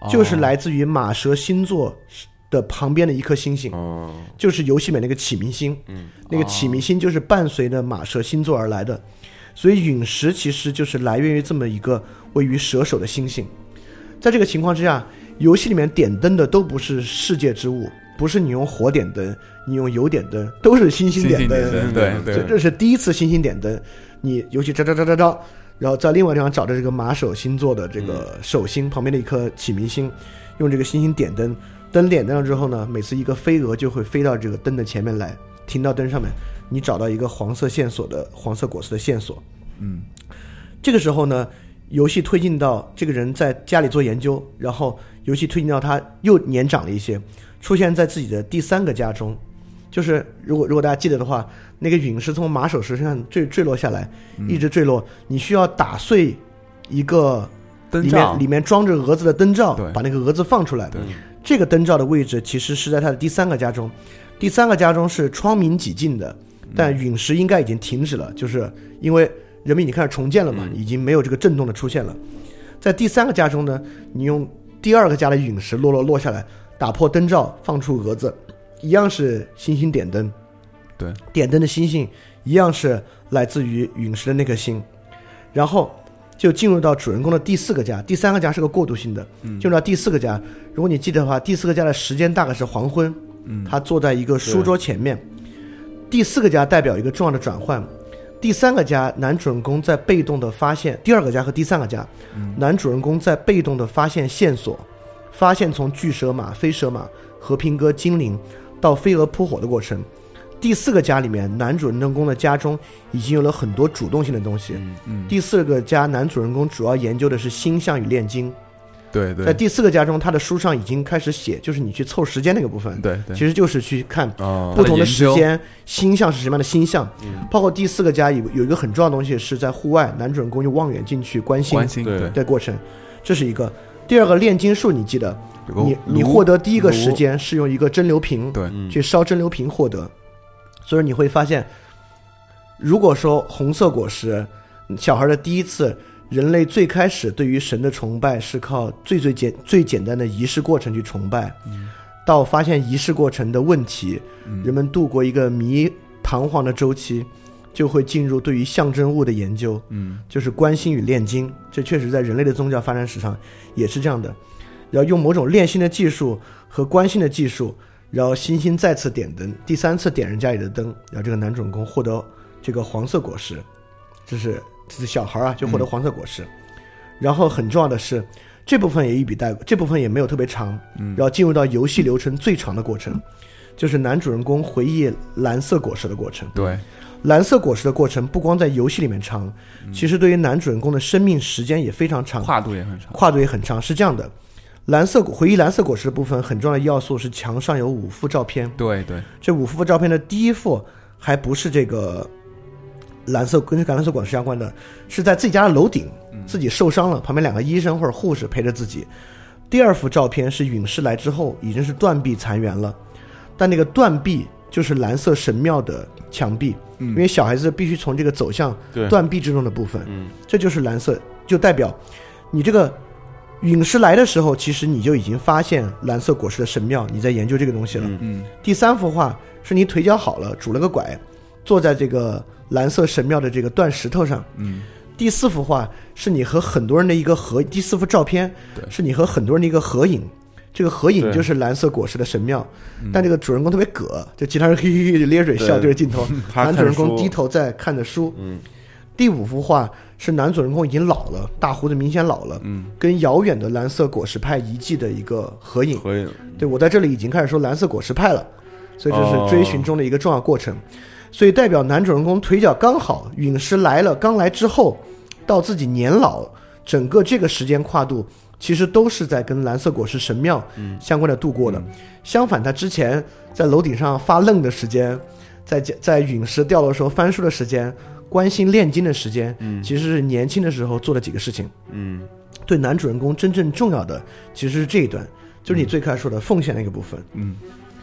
就是来自于马蛇星座的旁边的一颗星星， 哦， 就是游戏里面那个启明星， 嗯， 那个启明星就是伴随着马蛇星座而来的，所以陨石其实就是来源于这么一个位于蛇首的星星。在这个情况之下，游戏里面点灯的都不是世界之物，不是你用火点灯，你用油点灯，都是星星点灯。 星星点灯对对， 这是第一次星星点灯。你游戏招招招招招，然后在另外地方找着这个马首星座的这个首星、嗯、旁边的一颗启明星，用这个星星点灯，灯点灯了之后呢，每次一个飞蛾就会飞到这个灯的前面来，停到灯上面，你找到一个黄色线索的黄色果实的线索。 嗯， 这个时候呢，游戏推进到这个人在家里做研究，然后游戏推进到他又年长了一些，出现在自己的第三个家中。就是如果如果大家记得的话，那个陨石从马首石身上坠坠落下来，一直坠落，你需要打碎一个里面里面装着蛾子的灯罩，把那个蛾子放出来。这个灯罩的位置其实是在他的第三个家中，第三个家中是窗明几净的，但陨石应该已经停止了，就是因为人们已经开始重建了嘛，已经没有这个震动的出现了。在第三个家中呢，你用第二个家的陨石落落落下来，打破灯罩，放出蛾子，一样是星星点灯。 对， 点灯的星星一样是来自于陨石的那颗星。然后就进入到主人公的第四个家，第三个家是个过渡性的，进入到第四个家。如果你记得的话，第四个家的时间大概是黄昏，嗯，他坐在一个书桌前面。第四个家代表一个重要的转换。第三个家男主人公在被动的发现，第二个家和第三个家、嗯、男主人公在被动的发现线索，发现从巨蛇马、飞蛇马、和平鸽、精灵到飞蛾扑火的过程。第四个家里面，男主人公的家中已经有了很多主动性的东西。 嗯嗯、 第四个家男主人公主要研究的是星象与炼金。 对对， 在第四个家中，他的书上已经开始写，就是你去凑时间那个部分， 对对， 其实就是去看不同的时间、哦、星象是什么样的星象。嗯、包括第四个家有有一个很重要的东西是在户外，男主人公用望远镜去观星， 观星对的过程，这是一个。第二个炼金术，你记得，你你获得第一个时间是用一个蒸馏瓶， 对， 去烧蒸馏瓶获得。所以你会发现，如果说红色果实，小孩的第一次。人类最开始对于神的崇拜是靠最最简最简单的仪式过程去崇拜，嗯、到发现仪式过程的问题，嗯、人们度过一个迷彷徨的周期，就会进入对于象征物的研究，嗯、就是观星与炼金。这确实在人类的宗教发展史上也是这样的。然后用某种炼星的技术和观星的技术，然后星星再次点灯，第三次点人家里的灯，然后这个男主人公获得这个黄色果实，这是。这是小孩啊，就获得黄色果实。嗯、然后很重要的是，这部分也一笔带过，这部分也没有特别长。嗯、然后进入到游戏流程最长的过程，就是男主人公回忆蓝色果实的过程。 对， 蓝色果实的过程不光在游戏里面长，嗯、其实对于男主人公的生命时间也非常长， 跨度也很长， 跨度也很长。是这样的，蓝色回忆蓝色果实的部分很重要的要素是墙上有五幅照片。 对对， 这五幅照片的第一幅还不是这个。蓝色跟橄榄色果实相关的是在自己家的楼顶，自己受伤了，旁边两个医生或者护士陪着自己。第二幅照片是陨石来之后已经是断壁残垣了，但那个断壁就是蓝色神庙的墙壁，嗯、因为小孩子必须从这个走向断壁之中的部分，这就是蓝色，就代表你这个陨石来的时候，其实你就已经发现蓝色果实的神庙，你在研究这个东西了。嗯嗯、第三幅画是你腿脚好了，拄了个拐，坐在这个蓝色神庙的这个断石头上。嗯，第四幅画是你和很多人的一个合，第四幅照片是你和很多人的一个合影，这个合影就是蓝色果实的神庙。但这个主人公特别葛，就其他人嘿嘿嘿就咧嘴笑对着镜头，男主人公低头在看着书。嗯，第五幅画是男主人公已经老了，大胡子明显老了，嗯，跟遥远的蓝色果实派遗迹的一个合影。合影，对，我在这里已经开始说蓝色果实派了，所以这是追寻中的一个重要过程。哦，所以代表男主人公腿脚刚好，陨石来了，刚来之后到自己年老，整个这个时间跨度其实都是在跟蓝色果实神庙相关的度过的。嗯、相反他之前在楼顶上发愣的时间，在在陨石掉落的时候翻书的时间，观星炼金的时间，嗯、其实是年轻的时候做的几个事情。嗯，对男主人公真正重要的其实是这一段，就是你最开始说的奉献那个部分。嗯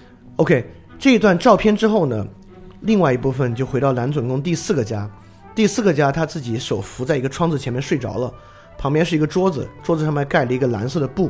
OK， 这一段照片之后呢，另外一部分就回到男主人公第四个家。第四个家他自己手扶在一个窗子前面睡着了，旁边是一个桌子，桌子上面盖了一个蓝色的布，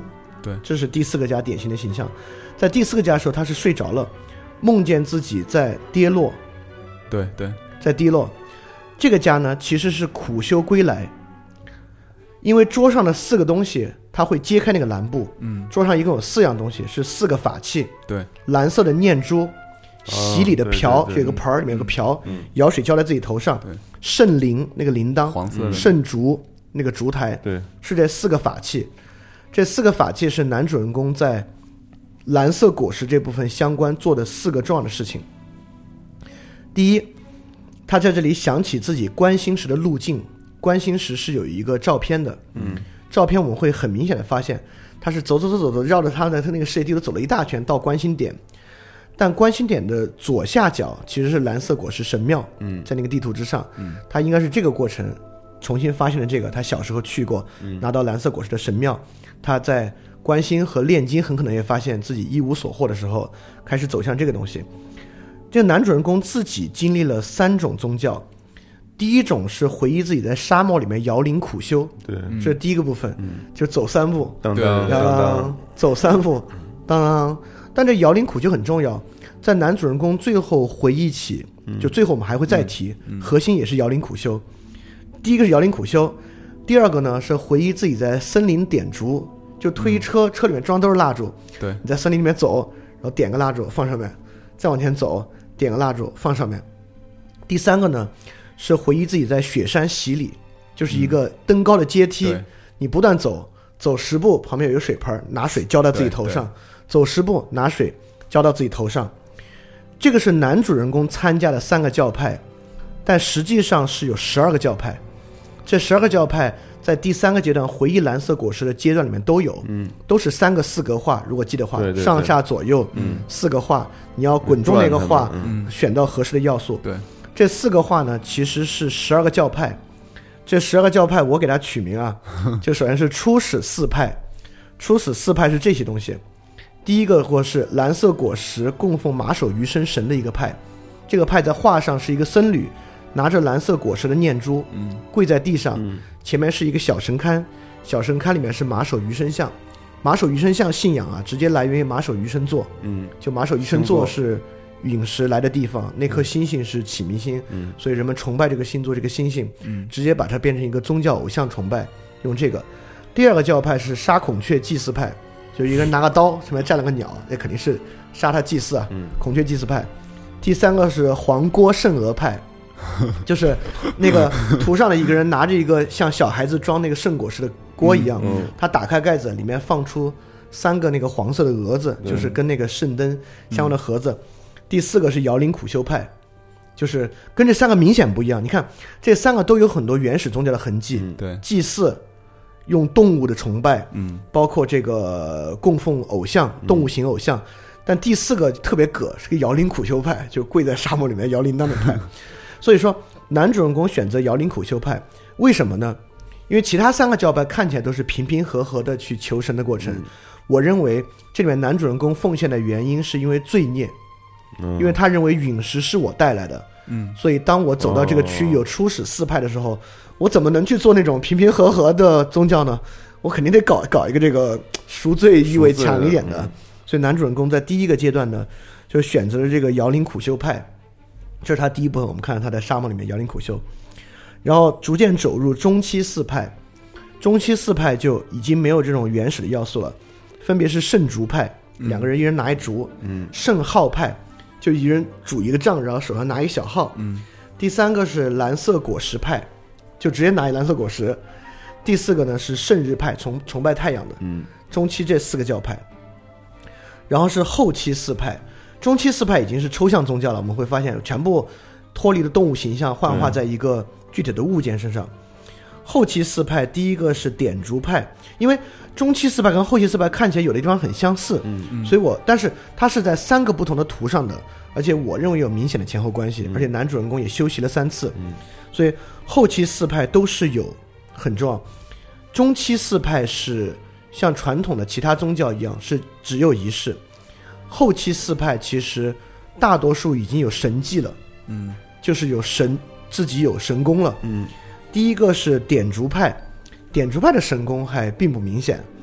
对， 这是第四个家典型的形象。在第四个家的时候，他是睡着了，梦见自己在跌落， 对对， 在跌落。这个家呢，其实是苦修归来，因为桌上的四个东西，他会揭开那个蓝布， 嗯， 桌上一共有四样东西，是四个法器， 对， 蓝色的念珠，洗礼的瓢， 对对对就有个盆儿，里面有个瓢， 嗯舀水浇在自己头上， 对， 圣灵那个铃铛， 黄色的圣烛那个烛台， 对， 是这四个法器。这四个法器是男主人公在蓝色果实这部分相关做的四个重要的事情。第一，他在这里想起自己观星时的路径，观星时是有一个照片的， 嗯， 照片我们会很明显的发现，他是走走走走走，绕着他的他那个世界地图走了一大圈到观星点，但观星点的左下角其实是蓝色果实神庙， 嗯， 在那个地图之上，嗯，他应该是这个过程重新发现了这个，他小时候去过， 嗯， 拿到蓝色果实的神庙，他在观星和炼金很可能也发现自己一无所获的时候，开始走向这个东西。这个男主人公自己经历了三种宗教，第一种是回忆自己在沙漠里面摇铃苦修， 对， 这是第一个部分，嗯，就走三步， 当对当当当， 走三步，当当。但这摇铃苦修很重要，在男主人公最后回忆起，就最后我们还会再提， 嗯嗯、 核心也是摇铃苦修。第一个是摇铃苦修，第二个呢是回忆自己在森林点烛，就推车，嗯、车里面装都是蜡烛， 对， 你在森林里面走，然后点个蜡烛放上面，再往前走，点个蜡烛放上面。第三个呢是回忆自己在雪山洗礼，就是一个登高的阶梯，嗯、你不断走，走十步旁边有一个水盆，拿水浇到自己头上，走十步拿水浇到自己头上。这个是男主人公参加的三个教派，但实际上是有十二个教派。这十二个教派在第三个阶段回忆蓝色果实的阶段里面都有，嗯，都是三个四格画，如果记得话， 对对对， 上下左右，嗯，四个画，你要滚中那个画， 嗯， 选到合适的要素。 对， 这四个画呢，其实是十二个教派。这十二个教派，我给它取名啊，就首先是初始四派。初始四派是这些东西。第一个或是蓝色果实供奉马首鱼身神的一个派，这个派在画上是一个僧侣拿着蓝色果实的念珠，嗯，跪在地上，嗯，前面是一个小神龛，小神龛里面是马首鱼身像。马首鱼身像信仰啊，直接来源于马首鱼身座，嗯，就马首鱼身座是陨石来的地方，那颗星星是启明星，嗯，所以人们崇拜这个星座这个星星，嗯，直接把它变成一个宗教偶像崇拜，用这个。第二个教派是杀孔雀祭祀派，就一个人拿个刀上面站了个鸟，那肯定是杀他祭祀啊，嗯，孔雀祭祀派。第三个是黄锅圣鹅派，就是那个图上的一个人拿着一个像小孩子装那个圣果实的锅一样，嗯嗯，他打开盖子，里面放出三个那个黄色的蛾子，就是跟那个圣灯相关的盒子。嗯，第四个是摇铃苦修派，就是跟这三个明显不一样。你看这三个都有很多原始宗教的痕迹， 嗯，对， 祭祀用动物的崇拜， 嗯， 包括这个供奉偶像，动物型偶像。嗯，但第四个特别葛，是个摇铃苦修派，就跪在沙漠里面摇铃铛的派。所以说男主人公选择摇铃苦修派，为什么呢？因为其他三个教派看起来都是平平和和的去求神的过程，嗯，我认为这里面男主人公奉献的原因是因为罪孽，嗯，因为他认为陨石是我带来的，嗯，所以当我走到这个区域有初始四派的时候，哦，我怎么能去做那种平平和和的宗教呢？我肯定得搞搞一个这个赎罪意味强一点的。所以男主人公在第一个阶段呢，就选择了这个摇铃苦修派，这是他第一部分。我们看到他在沙漠里面摇铃苦修，然后逐渐走入中期四派。中期四派就已经没有这种原始的要素了，分别是圣烛派，两个人一人拿一烛，嗯，圣号派就一人拄一个杖，然后手上拿一小号，嗯，第三个是蓝色果实派，就直接拿一蓝色果实，第四个呢是圣日派，崇崇拜太阳的，嗯，中期这四个教派。然后是后期四派，中期四派已经是抽象宗教了，我们会发现全部脱离了动物形象，幻化在一个具体的物件身上。后期四派第一个是点烛派，因为中期四派跟后期四派看起来有的地方很相似，嗯嗯，所以我但是它是在三个不同的图上的，而且我认为有明显的前后关系，嗯，而且男主人公也修习了三次，嗯，所以后期四派都是有很重要。中期四派是像传统的其他宗教一样是只有仪式，后期四派其实大多数已经有神迹了，嗯，就是有神自己有神功了，嗯，第一个是点烛派，点烛派的神功还并不明显，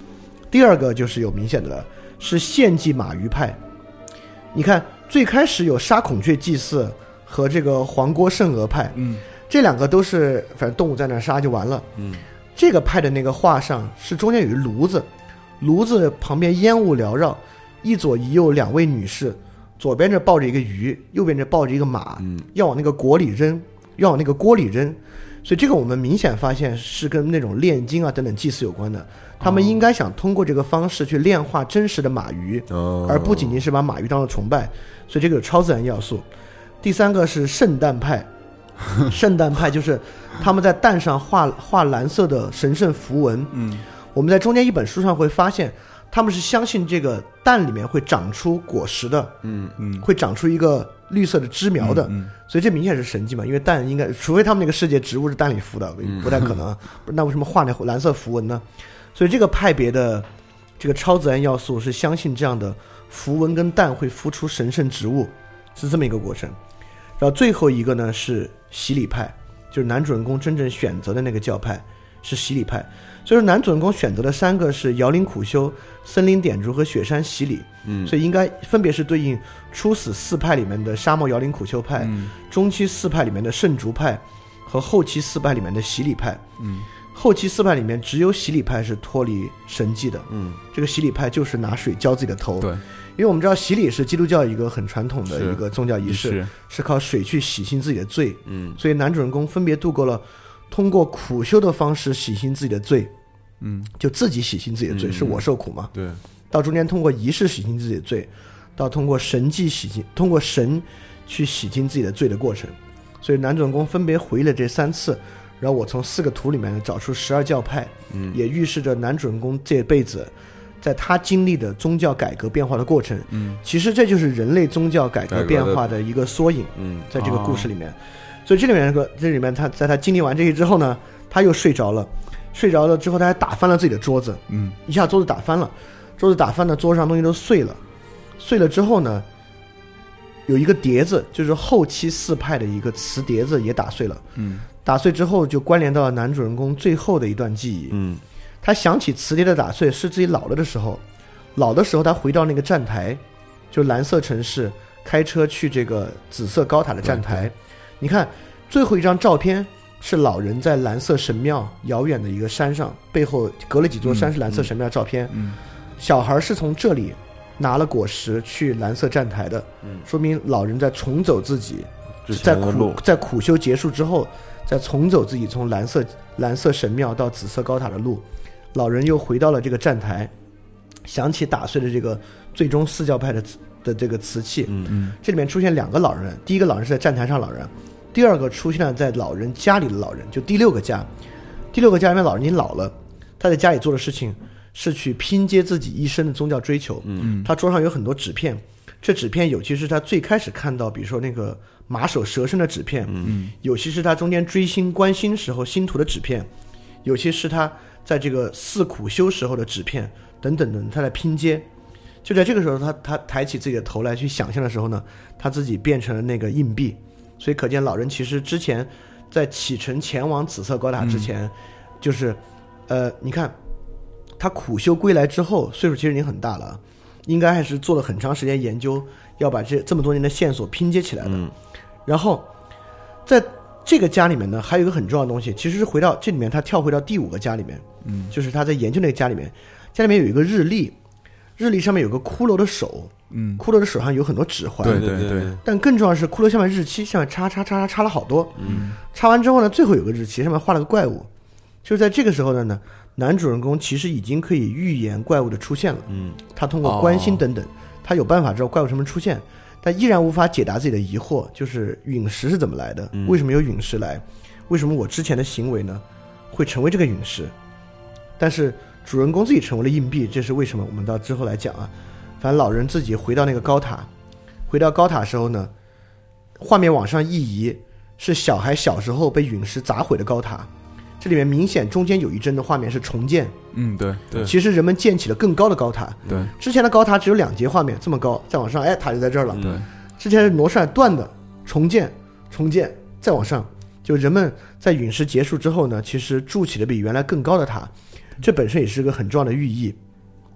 第二个就是有明显的了，是献祭马鱼派。你看最开始有杀孔雀祭祀和这个黄锅圣鹅派， 嗯， 这两个都是反正动物在那杀就完了， 嗯， 这个派的那个画上是中间有一炉子，炉子旁边烟雾缭绕，一左一右两位女士，左边这抱着一个鱼，右边这抱着一个马， 嗯， 要往那个锅里扔，要往那个锅里扔，所以这个我们明显发现是跟那种炼金啊等等祭祀有关的。他们应该想通过这个方式去炼化真实的马鱼， 哦， 而不仅仅是把马鱼当做崇拜，所以这个有超自然要素。第三个是圣诞派，圣诞派就是他们在蛋上画画蓝色的神圣符文。 嗯， 我们在中间一本书上会发现，他们是相信这个蛋里面会长出果实的， 嗯嗯， 会长出一个绿色的枝苗的， 嗯嗯所以这明显是神迹嘛，因为蛋应该，除非他们那个世界植物是蛋里孵的，不太可能。那为什么画那蓝色符文呢？所以这个派别的这个超自然要素是相信这样的符文跟蛋会孵出神圣植物，是这么一个过程。然后最后一个呢是洗礼派，就是男主人公真正选择的那个教派是洗礼派。所以说男主人公选择的三个是摇铃苦修、森林点烛和雪山洗礼， 嗯， 所以应该分别是对应初始四派里面的沙漠摇铃苦修派、 嗯、 中期四派里面的圣烛派和后期四派里面的洗礼派。 嗯， 后期四派里面只有洗礼派是脱离神迹的。 嗯， 这个洗礼派就是拿水浇自己的头。 对， 因为我们知道洗礼是基督教一个很传统的一个宗教仪式， 是, 是靠水去洗清自己的罪。 嗯， 所以男主人公分别度过了通过苦修的方式洗清自己的罪， 嗯， 就自己洗清自己的罪， 嗯、 是我受苦嘛？ 对。 到中间通过仪式洗清自己的罪，到通过神迹洗清，通过神去洗清自己的罪的过程。所以男主人公分别回忆了这三次，然后我从四个图里面找出十二教派， 嗯， 也预示着男主人公这辈子在他经历的宗教改革变化的过程。 嗯， 其实这就是人类宗教改革变化的一个缩影。 嗯， 在这个故事里面，哦、所以这里面这里面他在他经历完这些之后呢，他又睡着了，睡着了之后他还打翻了自己的桌子， 嗯， 一下桌子打翻了，桌子打翻了，桌上东西都碎了，碎了之后呢，有一个碟子，就是后期四派的一个瓷碟子也打碎了， 嗯， 打碎之后就关联到了男主人公最后的一段记忆。 嗯， 他想起瓷碟的打碎是自己老了的时候，老的时候他回到那个站台，就蓝色城市，开车去这个紫色高塔的站台。你看最后一张照片是老人在蓝色神庙遥远的一个山上，背后隔了几座山是蓝色神庙照片。 嗯，嗯小孩是从这里拿了果实去蓝色站台的， 嗯， 说明老人在重走自己，在苦路在苦修结束之后，再重走自己从蓝色蓝色神庙到紫色高塔的路。老人又回到了这个站台，想起打碎了这个最终四教派的的这个瓷器。 嗯嗯， 这里面出现两个老人，第一个老人是在站台上老人，第二个出现了在老人家里的老人，就第六个家。第六个家里面老人已经老了，他在家里做的事情是去拼接自己一生的宗教追求。 嗯， 他桌上有很多纸片，这纸片有些是他最开始看到，比如说那个马首蛇身的纸片， 嗯， 有些是他中间追星观星时候星途的纸片，有些是他在这个四苦修时候的纸片，等等等，他在拼接。就在这个时候，他他抬起自己的头来去想象的时候呢，他自己变成了那个硬币。所以可见老人其实之前在启程前往紫色高塔之前，嗯、就是呃，你看他苦修归来之后，岁数其实已经很大了，应该还是做了很长时间研究，要把这这么多年的线索拼接起来的。 嗯、 然后在这个家里面呢，还有一个很重要的东西，其实是回到这里面，他跳回到第五个家里面， 嗯， 就是他在研究那个家里面，家里面有一个日历，日历上面有个骷髅的手， 嗯， 骷髅的手上有很多指环， 对对对， 但更重要的是骷髅下面日期上面插插插插插了好多， 嗯， 插完之后呢，最后有个日期上面画了个怪物，就是在这个时候呢呢，男主人公其实已经可以预言怪物的出现了， 嗯， 他通过观星等等，哦、他有办法知道怪物什么出现，但依然无法解答自己的疑惑，就是陨石是怎么来的， 嗯、 为什么有陨石来，为什么我之前的行为呢会成为这个陨石，但是主人公自己成为了硬币，这是为什么？我们到之后来讲啊。反正老人自己回到那个高塔，回到高塔的时候呢，画面往上一移，是小孩小时候被陨石砸毁的高塔。这里面明显中间有一帧的画面是重建， 嗯，对对。 其实人们建起了更高的高塔， 对。 之前的高塔只有两节画面，这么高，再往上，哎，塔就在这儿了。 对。 之前是挪出来断的，重建，重建，再往上，就人们在陨石结束之后呢，其实筑起了比原来更高的塔，这本身也是个很重要的寓意。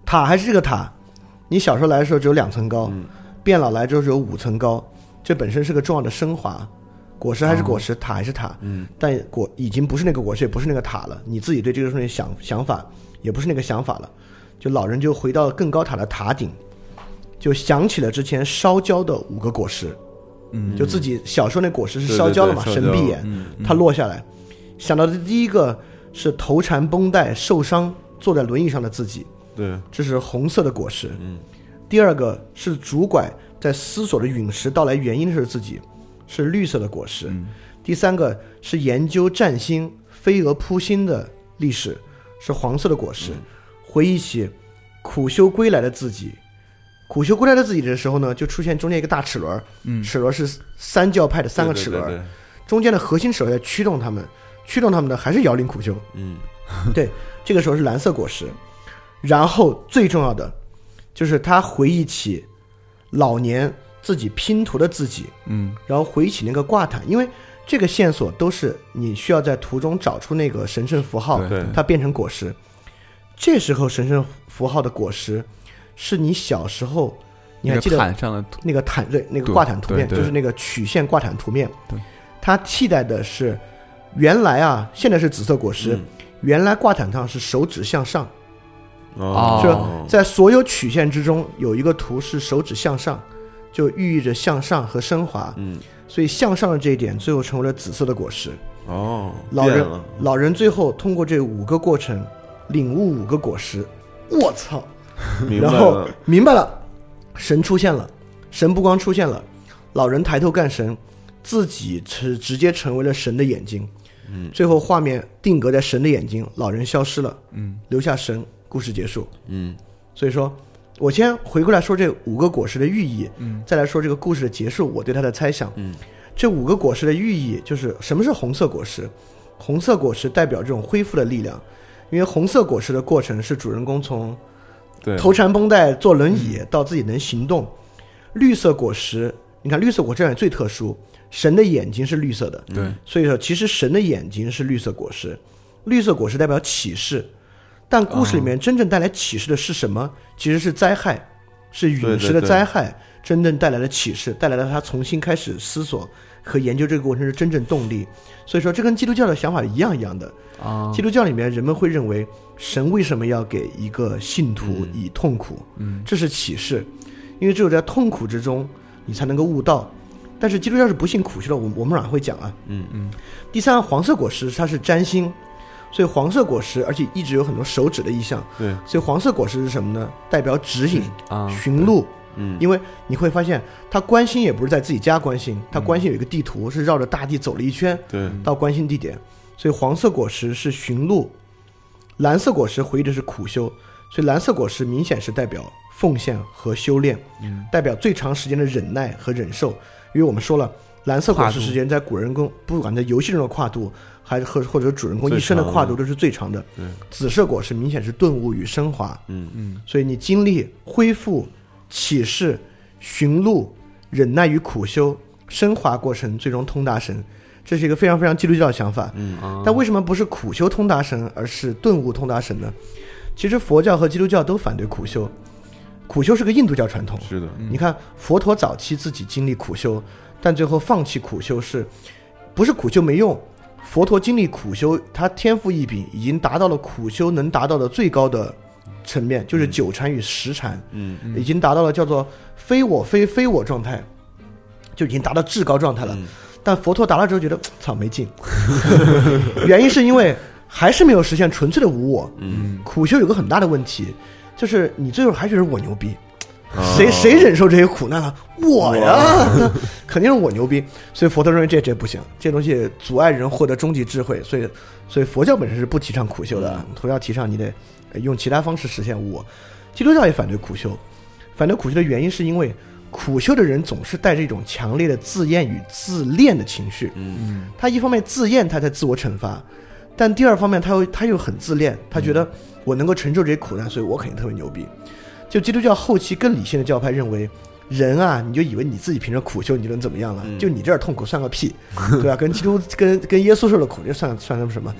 塔还是这个塔，你小时候来的时候只有两层高，嗯、变老来之后只有五层高，这本身是个重要的升华。果实还是果实，哦、塔还是塔，嗯，但果已经不是那个果实，也不是那个塔了。你自己对这个东西想想法，也不是那个想法了。就老人就回到更高塔的塔顶，就想起了之前烧焦的五个果实。嗯，就自己小时候那果实是烧焦了嘛，神闭眼，嗯嗯、他落下来，想到的第一个是头缠绷带受伤坐在轮椅上的自己， 对， 这是红色的果实。嗯，第二个是拄拐在思索的陨石到来原因的是自己，是绿色的果实。嗯、第三个是研究占星飞蛾扑星的历史，是黄色的果实。嗯、回忆起苦修归来的自己。苦修归来的自己的时候呢，就出现中间一个大齿轮，嗯，齿轮是三教派的三个齿轮，对对对对，中间的核心齿轮在驱动他们，驱动他们的还是摇铃苦修，嗯，对，这个时候是蓝色果实，然后最重要的就是他回忆起老年自己拼图的自己，嗯，然后回忆起那个挂毯，因为这个线索都是你需要在图中找出那个神圣符号，对，它变成果实，这时候神圣符号的果实。是你小时候，你还记得那个毯上的那个毯对那个挂毯图面，就是那个曲线挂毯图面。对，它替代的是原来啊，现在是紫色果实，嗯、原来挂毯上是手指向上。哦，是在所有曲线之中有一个图是手指向上，就寓意着向上和升华。嗯，所以向上的这一点最后成为了紫色的果实。哦，老人老人最后通过这五个过程领悟五个果实。我操！然后明白了，神出现了，神不光出现了，老人抬头干神，自己是直接成为了神的眼睛。嗯，最后画面定格在神的眼睛，老人消失了，嗯，留下神，故事结束。嗯，所以说我先回过来说这五个果实的寓意，嗯，再来说这个故事的结束，我对它的猜想。嗯，这五个果实的寓意就是什么是红色果实？红色果实代表这种恢复的力量，因为红色果实的过程是主人公从头缠绷带坐轮椅到自己能行动。绿色果实，你看绿色果实最特殊，神的眼睛是绿色的，对，所以说其实神的眼睛是绿色果实。绿色果实代表启示，但故事里面真正带来启示的是什么？哦、其实是灾害，是陨石的灾害，对对对，真正带来了启示，带来了他重新开始思索和研究这个过程是真正动力。所以说这跟基督教的想法一样一样的。哦、基督教里面人们会认为神为什么要给一个信徒以痛苦？嗯，这是启示，因为只有在痛苦之中你才能够悟道。但是基督教是不信苦修的，我我们马上会讲啊。嗯嗯。第三，黄色果实它是占星，所以黄色果实而且一直有很多手指的意象。对。所以黄色果实是什么呢？代表指引、啊、寻路。嗯。因为你会发现，他观星也不是在自己家观星，他观星有一个地图，是绕着大地走了一圈，对，到观星地点。所以黄色果实是寻路，蓝色果实回忆的是苦修，所以蓝色果实明显是代表奉献和修炼，嗯、代表最长时间的忍耐和忍受。因为我们说了，蓝色果实时间在古人公不管在游戏中的跨度，还是或者主人公一生的跨度都是最长的。紫色果实明显是顿悟与升华。嗯嗯，所以你经历恢复、启示、寻路、忍耐与苦修、升华过程，最终通达神。这是一个非常非常基督教的想法。嗯，但为什么不是苦修通达神，而是顿悟通达神呢？其实佛教和基督教都反对苦修。苦修是个印度教传统，是的。嗯、你看佛陀早期自己经历苦修，但最后放弃苦修，是不是苦修没用？佛陀经历苦修，他天赋异禀，已经达到了苦修能达到的最高的层面，就是九禅与十禅，嗯，已经达到了叫做非我非非我状态，就已经达到至高状态了。嗯、但佛陀达了之后觉得操没劲，原因是因为还是没有实现纯粹的无我。嗯，苦修有个很大的问题。就是你最后还觉得我牛逼，谁谁忍受这些苦难了？我呀，肯定是我牛逼。所以佛陀认为这这不行，这东西阻碍人获得终极智慧。所以，所以佛教本身是不提倡苦修的，佛教提倡你得用其他方式实现无我。基督教也反对苦修，反对苦修的原因是因为苦修的人总是带着一种强烈的自厌与自恋的情绪。嗯，他一方面自厌，他在自我惩罚。但第二方面他又他又很自恋，他觉得我能够承受这些苦难，所以我肯定特别牛逼。就基督教后期更理性的教派认为，人啊，你就以为你自己凭着苦修你就能怎么样了？嗯、就你这点痛苦算个屁，对吧？跟基督跟跟耶稣受的苦，这算算什么什么？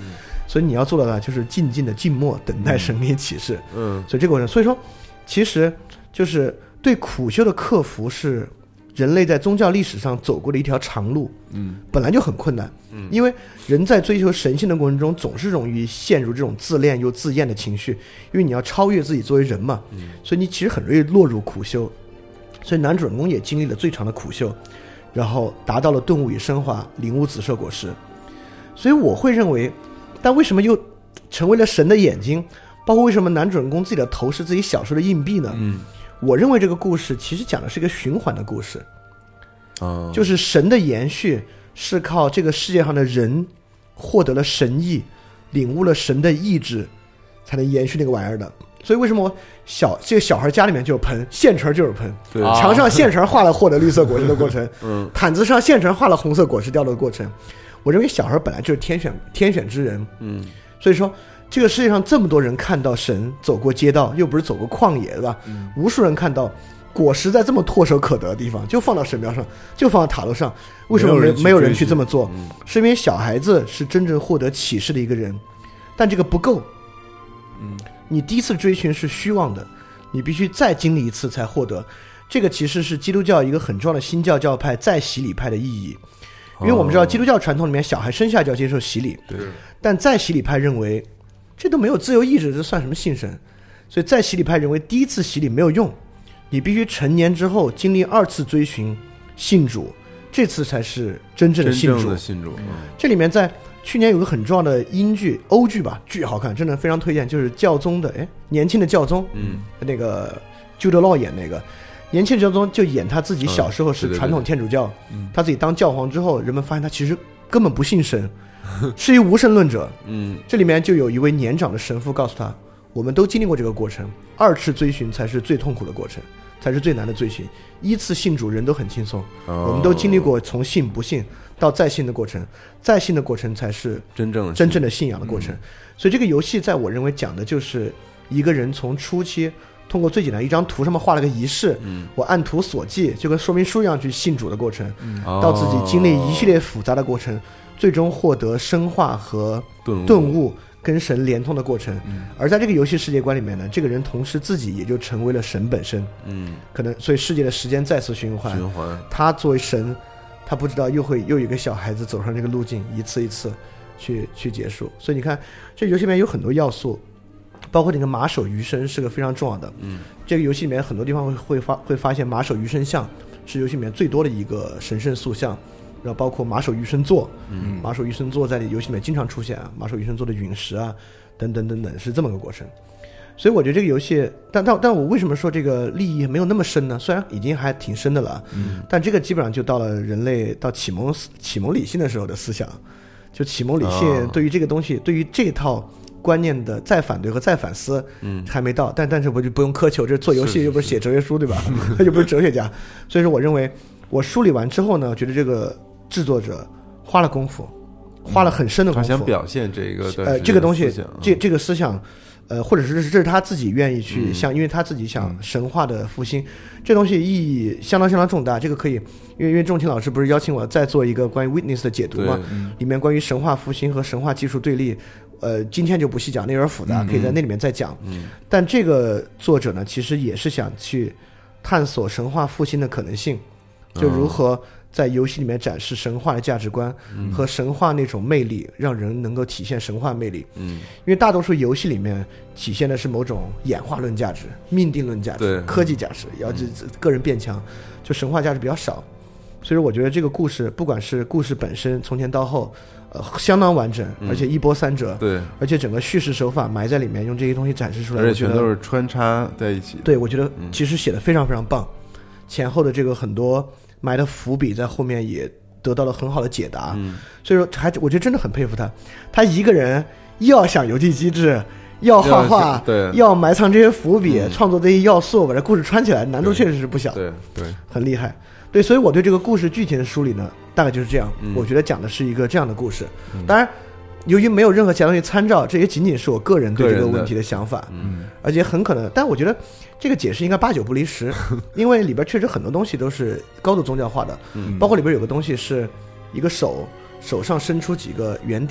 所以你要做到的就是静静的静默，等待神给你启示。 嗯， 所以这个过程，所以说其实就是对苦修的克服是人类在宗教历史上走过的一条长路。 嗯， 本来就很困难。嗯，因为人在追求神性的过程中，总是容易陷入这种自恋又自厌的情绪，因为你要超越自己作为人嘛。嗯，所以你其实很容易落入苦修。所以男主人公也经历了最长的苦修，然后达到了顿悟与升华，领悟紫色果实。所以我会认为，但为什么又成为了神的眼睛？包括为什么男主人公自己的头是自己小时候的硬币呢？ 嗯， 我认为这个故事其实讲的是一个循环的故事。 哦， 就是神的延续是靠这个世界上的人获得了神意，领悟了神的意志，才能延续那个玩意儿的。所以为什么小这个小孩家里面就有盆，现成就有盆， 对， 墙上现成画了获得绿色果实的过程， 嗯， 毯子上现成画了红色果实掉落的过程。我认为小孩本来就是天选天选之人， 嗯， 所以说这个世界上这么多人看到神走过街道，又不是走过旷野，对吧？嗯，无数人看到果实在这么唾手可得的地方，就放到神庙上，就放到塔楼上，为什么没没有人去这么做？嗯，是因为小孩子是真正获得启示的一个人，但这个不够。 嗯， 你第一次追寻是虚妄的，你必须再经历一次才获得。这个其实是基督教一个很重要的新教教派再洗礼派的意义。因为我们知道基督教传统里面小孩生下就要接受洗礼， 对， 但再洗礼派认为这都没有自由意志，这算什么信神？所以再洗礼派认为第一次洗礼没有用，你必须成年之后经历二次追寻信主，这次才是真正的信主。 真正的信主。嗯， 这里面在去年有个很重要的英剧欧剧吧，巨好看，真的非常推荐，就是教宗的哎年轻的教宗， 嗯， 那个朱德洛演那个年轻教宗，就演他自己小时候是传统天主教， 嗯，对对对， 他自己当教皇之后，人们发现他其实根本不信神，是一无神论者。 嗯， 这里面就有一位年长的神父告诉他，我们都经历过这个过程，二次追寻才是最痛苦的过程，才是最难的追寻。一次信主人都很轻松， 哦， 我们都经历过从信不信到再信的过程，再信的过程才是真正的真正的信仰的过程。嗯，所以这个游戏在我认为讲的就是一个人从初期通过最简单一张图上面画了个仪式，嗯，我按图索骥，就跟说明书一样去信主的过程，嗯，到自己经历一系列复杂的过程，哦，最终获得深化和顿悟， 顿悟跟神连通的过程。嗯，而在这个游戏世界观里面呢，这个人同时自己也就成为了神本身。嗯，可能所以世界的时间再次循环， 循环。他作为神，他不知道又会又有一个小孩子走上这个路径，一次一次去去结束。所以你看，这游戏里面有很多要素。包括那个马首余生是个非常重要的，嗯，这个游戏里面很多地方会会发会发现马首余生像是游戏里面最多的一个神圣塑像，然后包括马首余生座，嗯，马首余生座在游戏里面经常出现啊，马首余生座的陨石啊，等等等等，是这么个过程。所以我觉得这个游戏，但但但我为什么说这个利益没有那么深呢？虽然已经还挺深的了，嗯，但这个基本上就到了人类到启蒙启蒙理性的时候的思想，就启蒙理性对于这个东西，哦，对于这套观念的再反对和再反思，嗯，还没到，但但是我就不用苛求，这做游戏又不是写哲学书，对吧？他又不是哲学家，所以说我认为我梳理完之后呢，觉得这个制作者花了功夫，花了很深的功夫， 他想表现这个呃这个东西，这这个思想，呃，或者是这是他自己愿意去想，嗯，因为他自己想神话的复兴，嗯，这东西意义相当相当重大。这个可以，因为因为仲卿老师不是邀请我再做一个关于 Witness 的解读嘛，嗯，里面关于神话复兴和神话技术对立。呃，今天就不细讲，那有点复杂，可以在那里面再讲。嗯，但这个作者呢，其实也是想去探索神话复兴的可能性，就如何在游戏里面展示神话的价值观和神话那种魅力，让人能够体现神话魅力。嗯，因为大多数游戏里面体现的是某种演化论价值、命定论价值、科技价值，要这个人变强，就神话价值比较少。所以我觉得这个故事，不管是故事本身从前到后，呃，相当完整，而且一波三折，嗯，对，而且整个叙事手法埋在里面，用这些东西展示出来， 而且全都是穿插在一起。 对，我觉得其实写的非常非常棒，嗯，前后的这个很多埋的伏笔在后面也得到了很好的解答。嗯，所以说还我觉得真的很佩服他，他一个人要想游戏机制，要画画，对，要埋藏这些伏笔，嗯，创作这些要素，把这故事穿起来，难度确实是不小， 对对， 很厉害。对，所以我对这个故事剧情的梳理呢，大概就是这样。嗯，我觉得讲的是一个这样的故事。嗯，当然，由于没有任何其他东西参照，这也仅仅是我个人对这个问题的想法。嗯，而且很可能，但我觉得这个解释应该八九不离十，因为里边确实很多东西都是高度宗教化的。嗯，包括里边有个东西是一个手手上伸出几个圆点，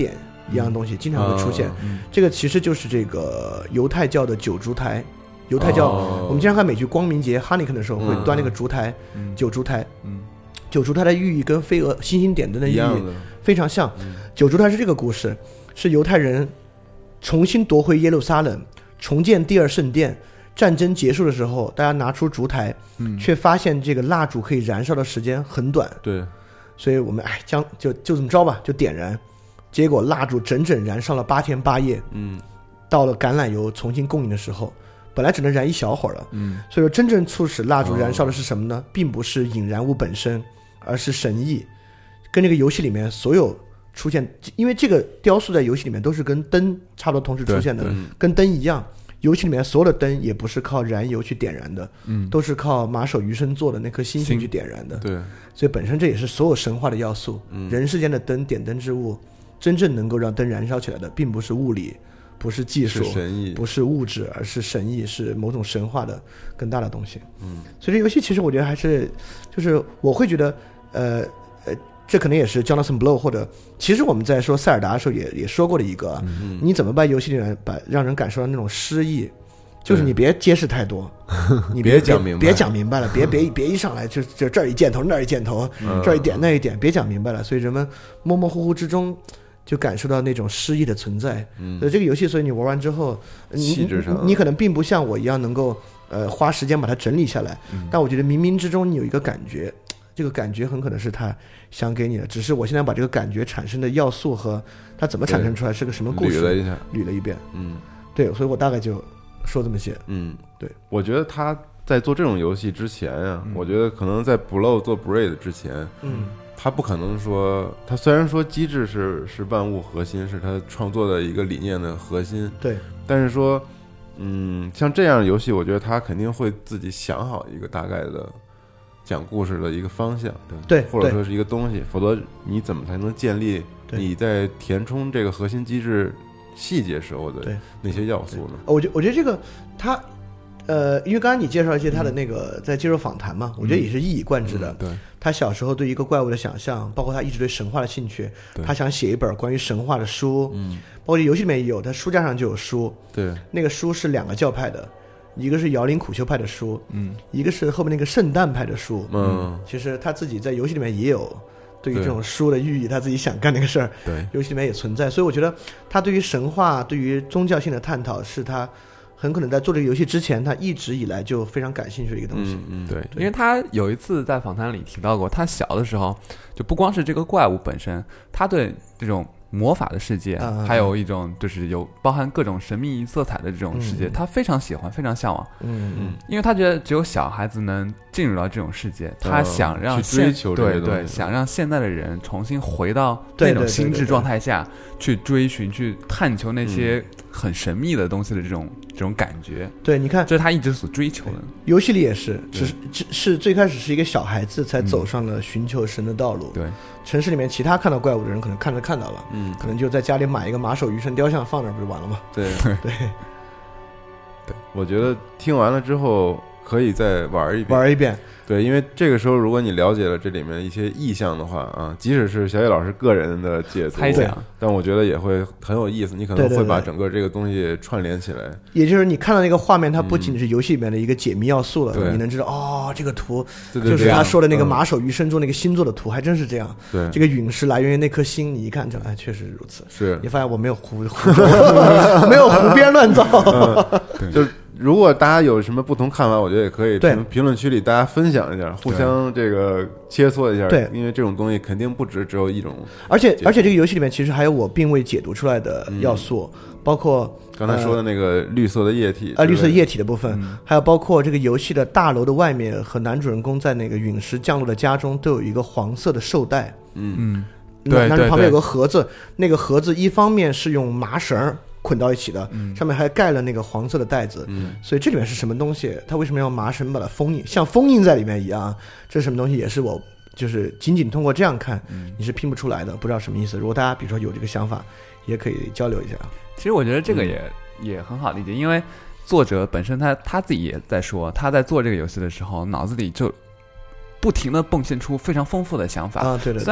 一样东西，经常会出现。这个其实就是这个犹太教的九烛台。犹太教， 哦、 我们经常看美剧《光明节》哈尼克的时候会端那个烛台，嗯、九烛台。嗯，九烛台的寓意跟飞蛾星星点灯的寓意非常像。嗯、九烛台是这个故事，是犹太人重新夺回耶路撒冷，重建第二圣殿。战争结束的时候，大家拿出烛台，嗯、却发现这个蜡烛可以燃烧的时间很短。 对， 所以我们哎，将就就这么着吧，就点燃。结果蜡烛整整燃烧了八天八夜。嗯，到了橄榄油重新供应的时候。本来只能燃一小会儿了，嗯，所以说真正促使蜡烛燃烧的是什么呢？哦、并不是引燃物本身，而是神意，跟这个游戏里面所有出现，因为这个雕塑在游戏里面都是跟灯差不多同时出现的，跟灯一样，游戏里面所有的灯也不是靠燃油去点燃的，嗯，都是靠马首余生做的那颗星星去点燃的，对，所以本身这也是所有神话的要素，嗯，人世间的灯点灯之物，真正能够让灯燃烧起来的，并不是物理。不是技术，是不是物质，而是神意，是某种神话的更大的东西。嗯，所以这游戏其实我觉得还是，就是我会觉得，呃呃，这可能也是 Jonathan Blow 或者，其实我们在说塞尔达的时候也也说过的一个，嗯、你怎么把游戏里面把让人感受到那种诗意，就是你别揭示太多，你别讲明白， 别讲明白了，别别别一上来就就这儿一箭头那儿一箭头，嗯、这儿一点那一点，别讲明白了，所以人们模模糊糊之中。就感受到那种诗意的存在，嗯，所以这个游戏，所以你玩完之后， 气质上， 你可能并不像我一样能够，呃，花时间把它整理下来，嗯、但我觉得冥冥之中你有一个感觉，这个感觉很可能是他想给你的，只是我现在把这个感觉产生的要素和它怎么产生出来，是个什么故事， 捋了一下， 捋了一遍，嗯，对，所以我大概就说这么些， 嗯，对，我觉得他在做这种游戏之前啊，嗯、我觉得可能在 Blow 做 Braid 之前，嗯。他不可能说，他虽然说机制是是万物核心，是他创作的一个理念的核心， 对， 但是说，嗯，像这样的游戏，我觉得他肯定会自己想好一个大概的讲故事的一个方向， 对， 或者说是一个东西，否则你怎么才能建立你在填充这个核心机制细节时候的那些要素呢？ 我觉我觉得这个他。呃，因为刚才你介绍一些他的那个、嗯、在接受访谈嘛，我觉得也是一以贯之的。 嗯、对， 他小时候对一个怪物的想象，包括他一直对神话的兴趣，他想写一本关于神话的书。嗯，包括游戏里面也有，他书架上就有书。 对， 那个书是两个教派的，一个是摇铃苦修派的书，嗯，一个是后面那个圣诞派的书。嗯，其实他自己在游戏里面也有对于这种书的寓意，他自己想干那个事儿， 对， 游戏里面也存在。所以我觉得他对于神话、对于宗教性的探讨是他。很可能在做这个游戏之前，他一直以来就非常感兴趣的一个东西。 嗯，嗯对，因为他有一次在访谈里提到过，他小的时候就不光是这个怪物本身，他对这种魔法的世界，嗯、还有一种就是有包含各种神秘色彩的这种世界，嗯、他非常喜欢，非常向往。嗯嗯，因为他觉得只有小孩子能进入到这种世界，他想让去追求这些东西， 对对，想让现在的人重新回到那种心智状态下去追寻、去探求那些很神秘的东西的这种。这种感觉， 对，你看， 这是他一直所追求的。 游戏里也是，只是只是最开始是一个小孩子才走上了寻求神的道路。 对、嗯， 城市里面其他看到怪物的人，可能看着看到了，嗯，可能就在家里买一个马首余生雕像放那儿，不就完了吗？ 对对对，我觉得听完了之后可以再玩一遍， 玩一遍。 对，因为这个时候如果你了解了这里面一些意象的话啊，即使是小野老师个人的解读，但我觉得也会很有意思，你可能会把整个这个东西串联起来。 对对对，也就是你看到那个画面，它不仅是游戏里面的一个解谜要素了，嗯、你能知道哦，这个图就是他说的那个马首余生中那个星座的图，还真是这样。 对， 这个陨石来源于那颗星，你一看就哎，确实如此。 是你发现我没有胡胡没有胡编乱造， 嗯、就。如果大家有什么不同看法，我觉得也可以评评论区里大家分享一下，互相这个切磋一下。 对， 因为这种东西肯定不止只有一种。 而且而且这个游戏里面其实还有我并未解读出来的要素，嗯、包括刚才说的那个绿色的液体， 呃，绿色液体的部分，嗯、还有包括这个游戏的大楼的外面和男主人公在那个陨石降落的家中都有一个黄色的绶带。 嗯嗯， 对，但是旁边有个盒子，那个盒子一方面是用麻绳捆到一起的，嗯、上面还盖了那个黄色的带子，嗯、所以这里面是什么东西？它为什么要麻绳把它封印，像封印在里面一样？这是什么东西？也是我就是仅仅通过这样看，嗯、你是拼不出来的，不知道什么意思。如果大家比如说有这个想法，也可以交流一下。 其实我觉得这个也、嗯、也很好理解，因为作者本身他他自己也在说，他在做这个游戏的时候，脑子里就不停地迸现出非常丰富的想法啊，对对对， 虽然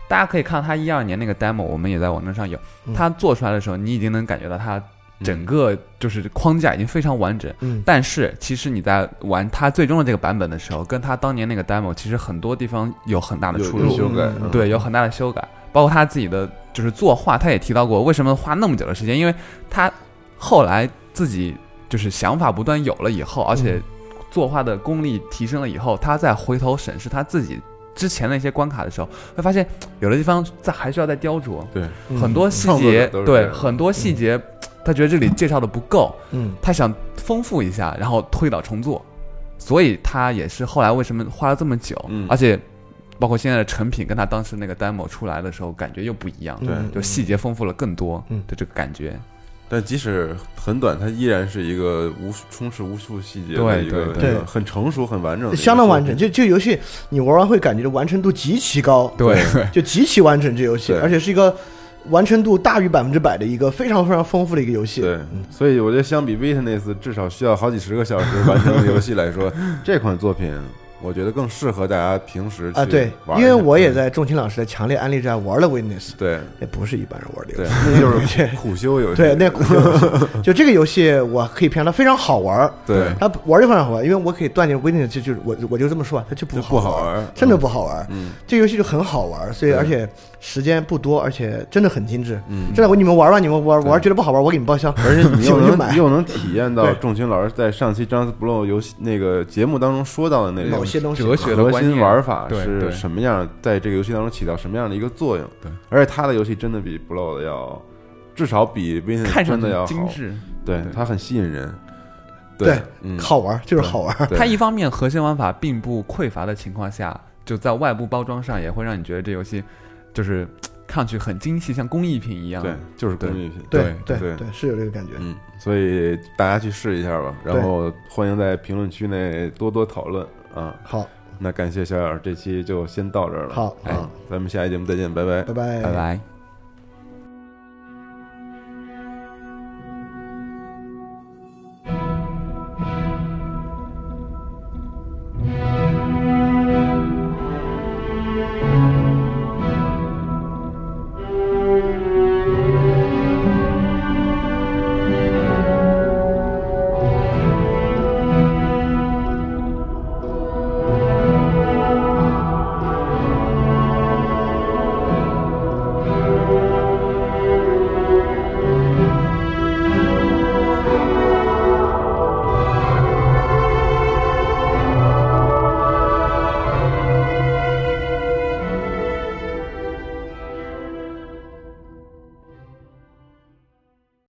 大家可以看到他一二年那个 demo， 我们也在网站上有，他做出来的时候，你已经能感觉到他整个就是框架已经非常完整。嗯，但是其实你在玩他最终的这个版本的时候，跟他当年那个 demo 其实很多地方有很大的出入， 修改， 嗯、对，有很大的修改。包括他自己的就是作画，他也提到过为什么花那么久的时间，因为他后来自己就是想法不断有了以后，而且作画的功力提升了以后，他再回头审视他自己之前的一些关卡的时候，会发现有的地方在还需要再雕琢， 对， 很多细节，对，很多细节，他觉得这里介绍的不够，嗯，他想丰富一下，然后推倒重做，所以他也是后来为什么花了这么久，嗯，而且包括现在的成品跟他当时那个 demo 出来的时候感觉又不一样， 对， 就细节丰富了更多的这个感觉。 但即使很短，它依然是一个无充斥无数细节的一个， 对对， 很成熟、很完整的， 相当完整。就这个游戏，你玩完会感觉的完成度极其高， 对， 就极其完整。这游戏，而且是一个完成度大于百分之百的一个非常非常丰富的一个游戏。 对，所以我觉得相比 Witness 至少需要好几十个小时完成的游戏来说，这款作品我觉得更适合大家平时去啊，对，因为我也在仲卿老师的强烈安利之下玩了 Witness， 对， 那不是一般人玩的游戏，那就是苦修游戏， 对，那苦修游戏，就这个游戏我可以评价它非常好玩， 对， 它玩就非常好玩，因为我可以断定 Witness 就就是我我就这么说，它就不不好玩， 真的不好玩，嗯，这个游戏就很好玩，所以而且时间不多，而且真的很精致，嗯，真的我你们玩玩，你们玩玩觉得不好玩，我给你报销， 而且你又能又能体验到仲卿老师在上期 Just Blow 游戏那个节目当中说到的那某些东西哲学的核心玩法是什么样，在这个游戏当中起到什么样的一个作用？ 对， 而且他的游戏真的比 Blow 的要，至少比 Witness 真的要好， 精致， 对，它很吸引人， 对，嗯，好玩就是好玩。 它一方面核心玩法并不匮乏的情况下，就在外部包装上也会让你觉得这游戏就是看上去很精细，像工艺品一样。 对，就是工艺品。 对对对对，是有这个感觉。 嗯，所以大家去试一下吧，然后欢迎在评论区内多多讨论啊。 好。 那感谢小小，这期就先到这儿了。 好， 哎，咱们下期节目再见，拜拜， 拜拜， 拜拜。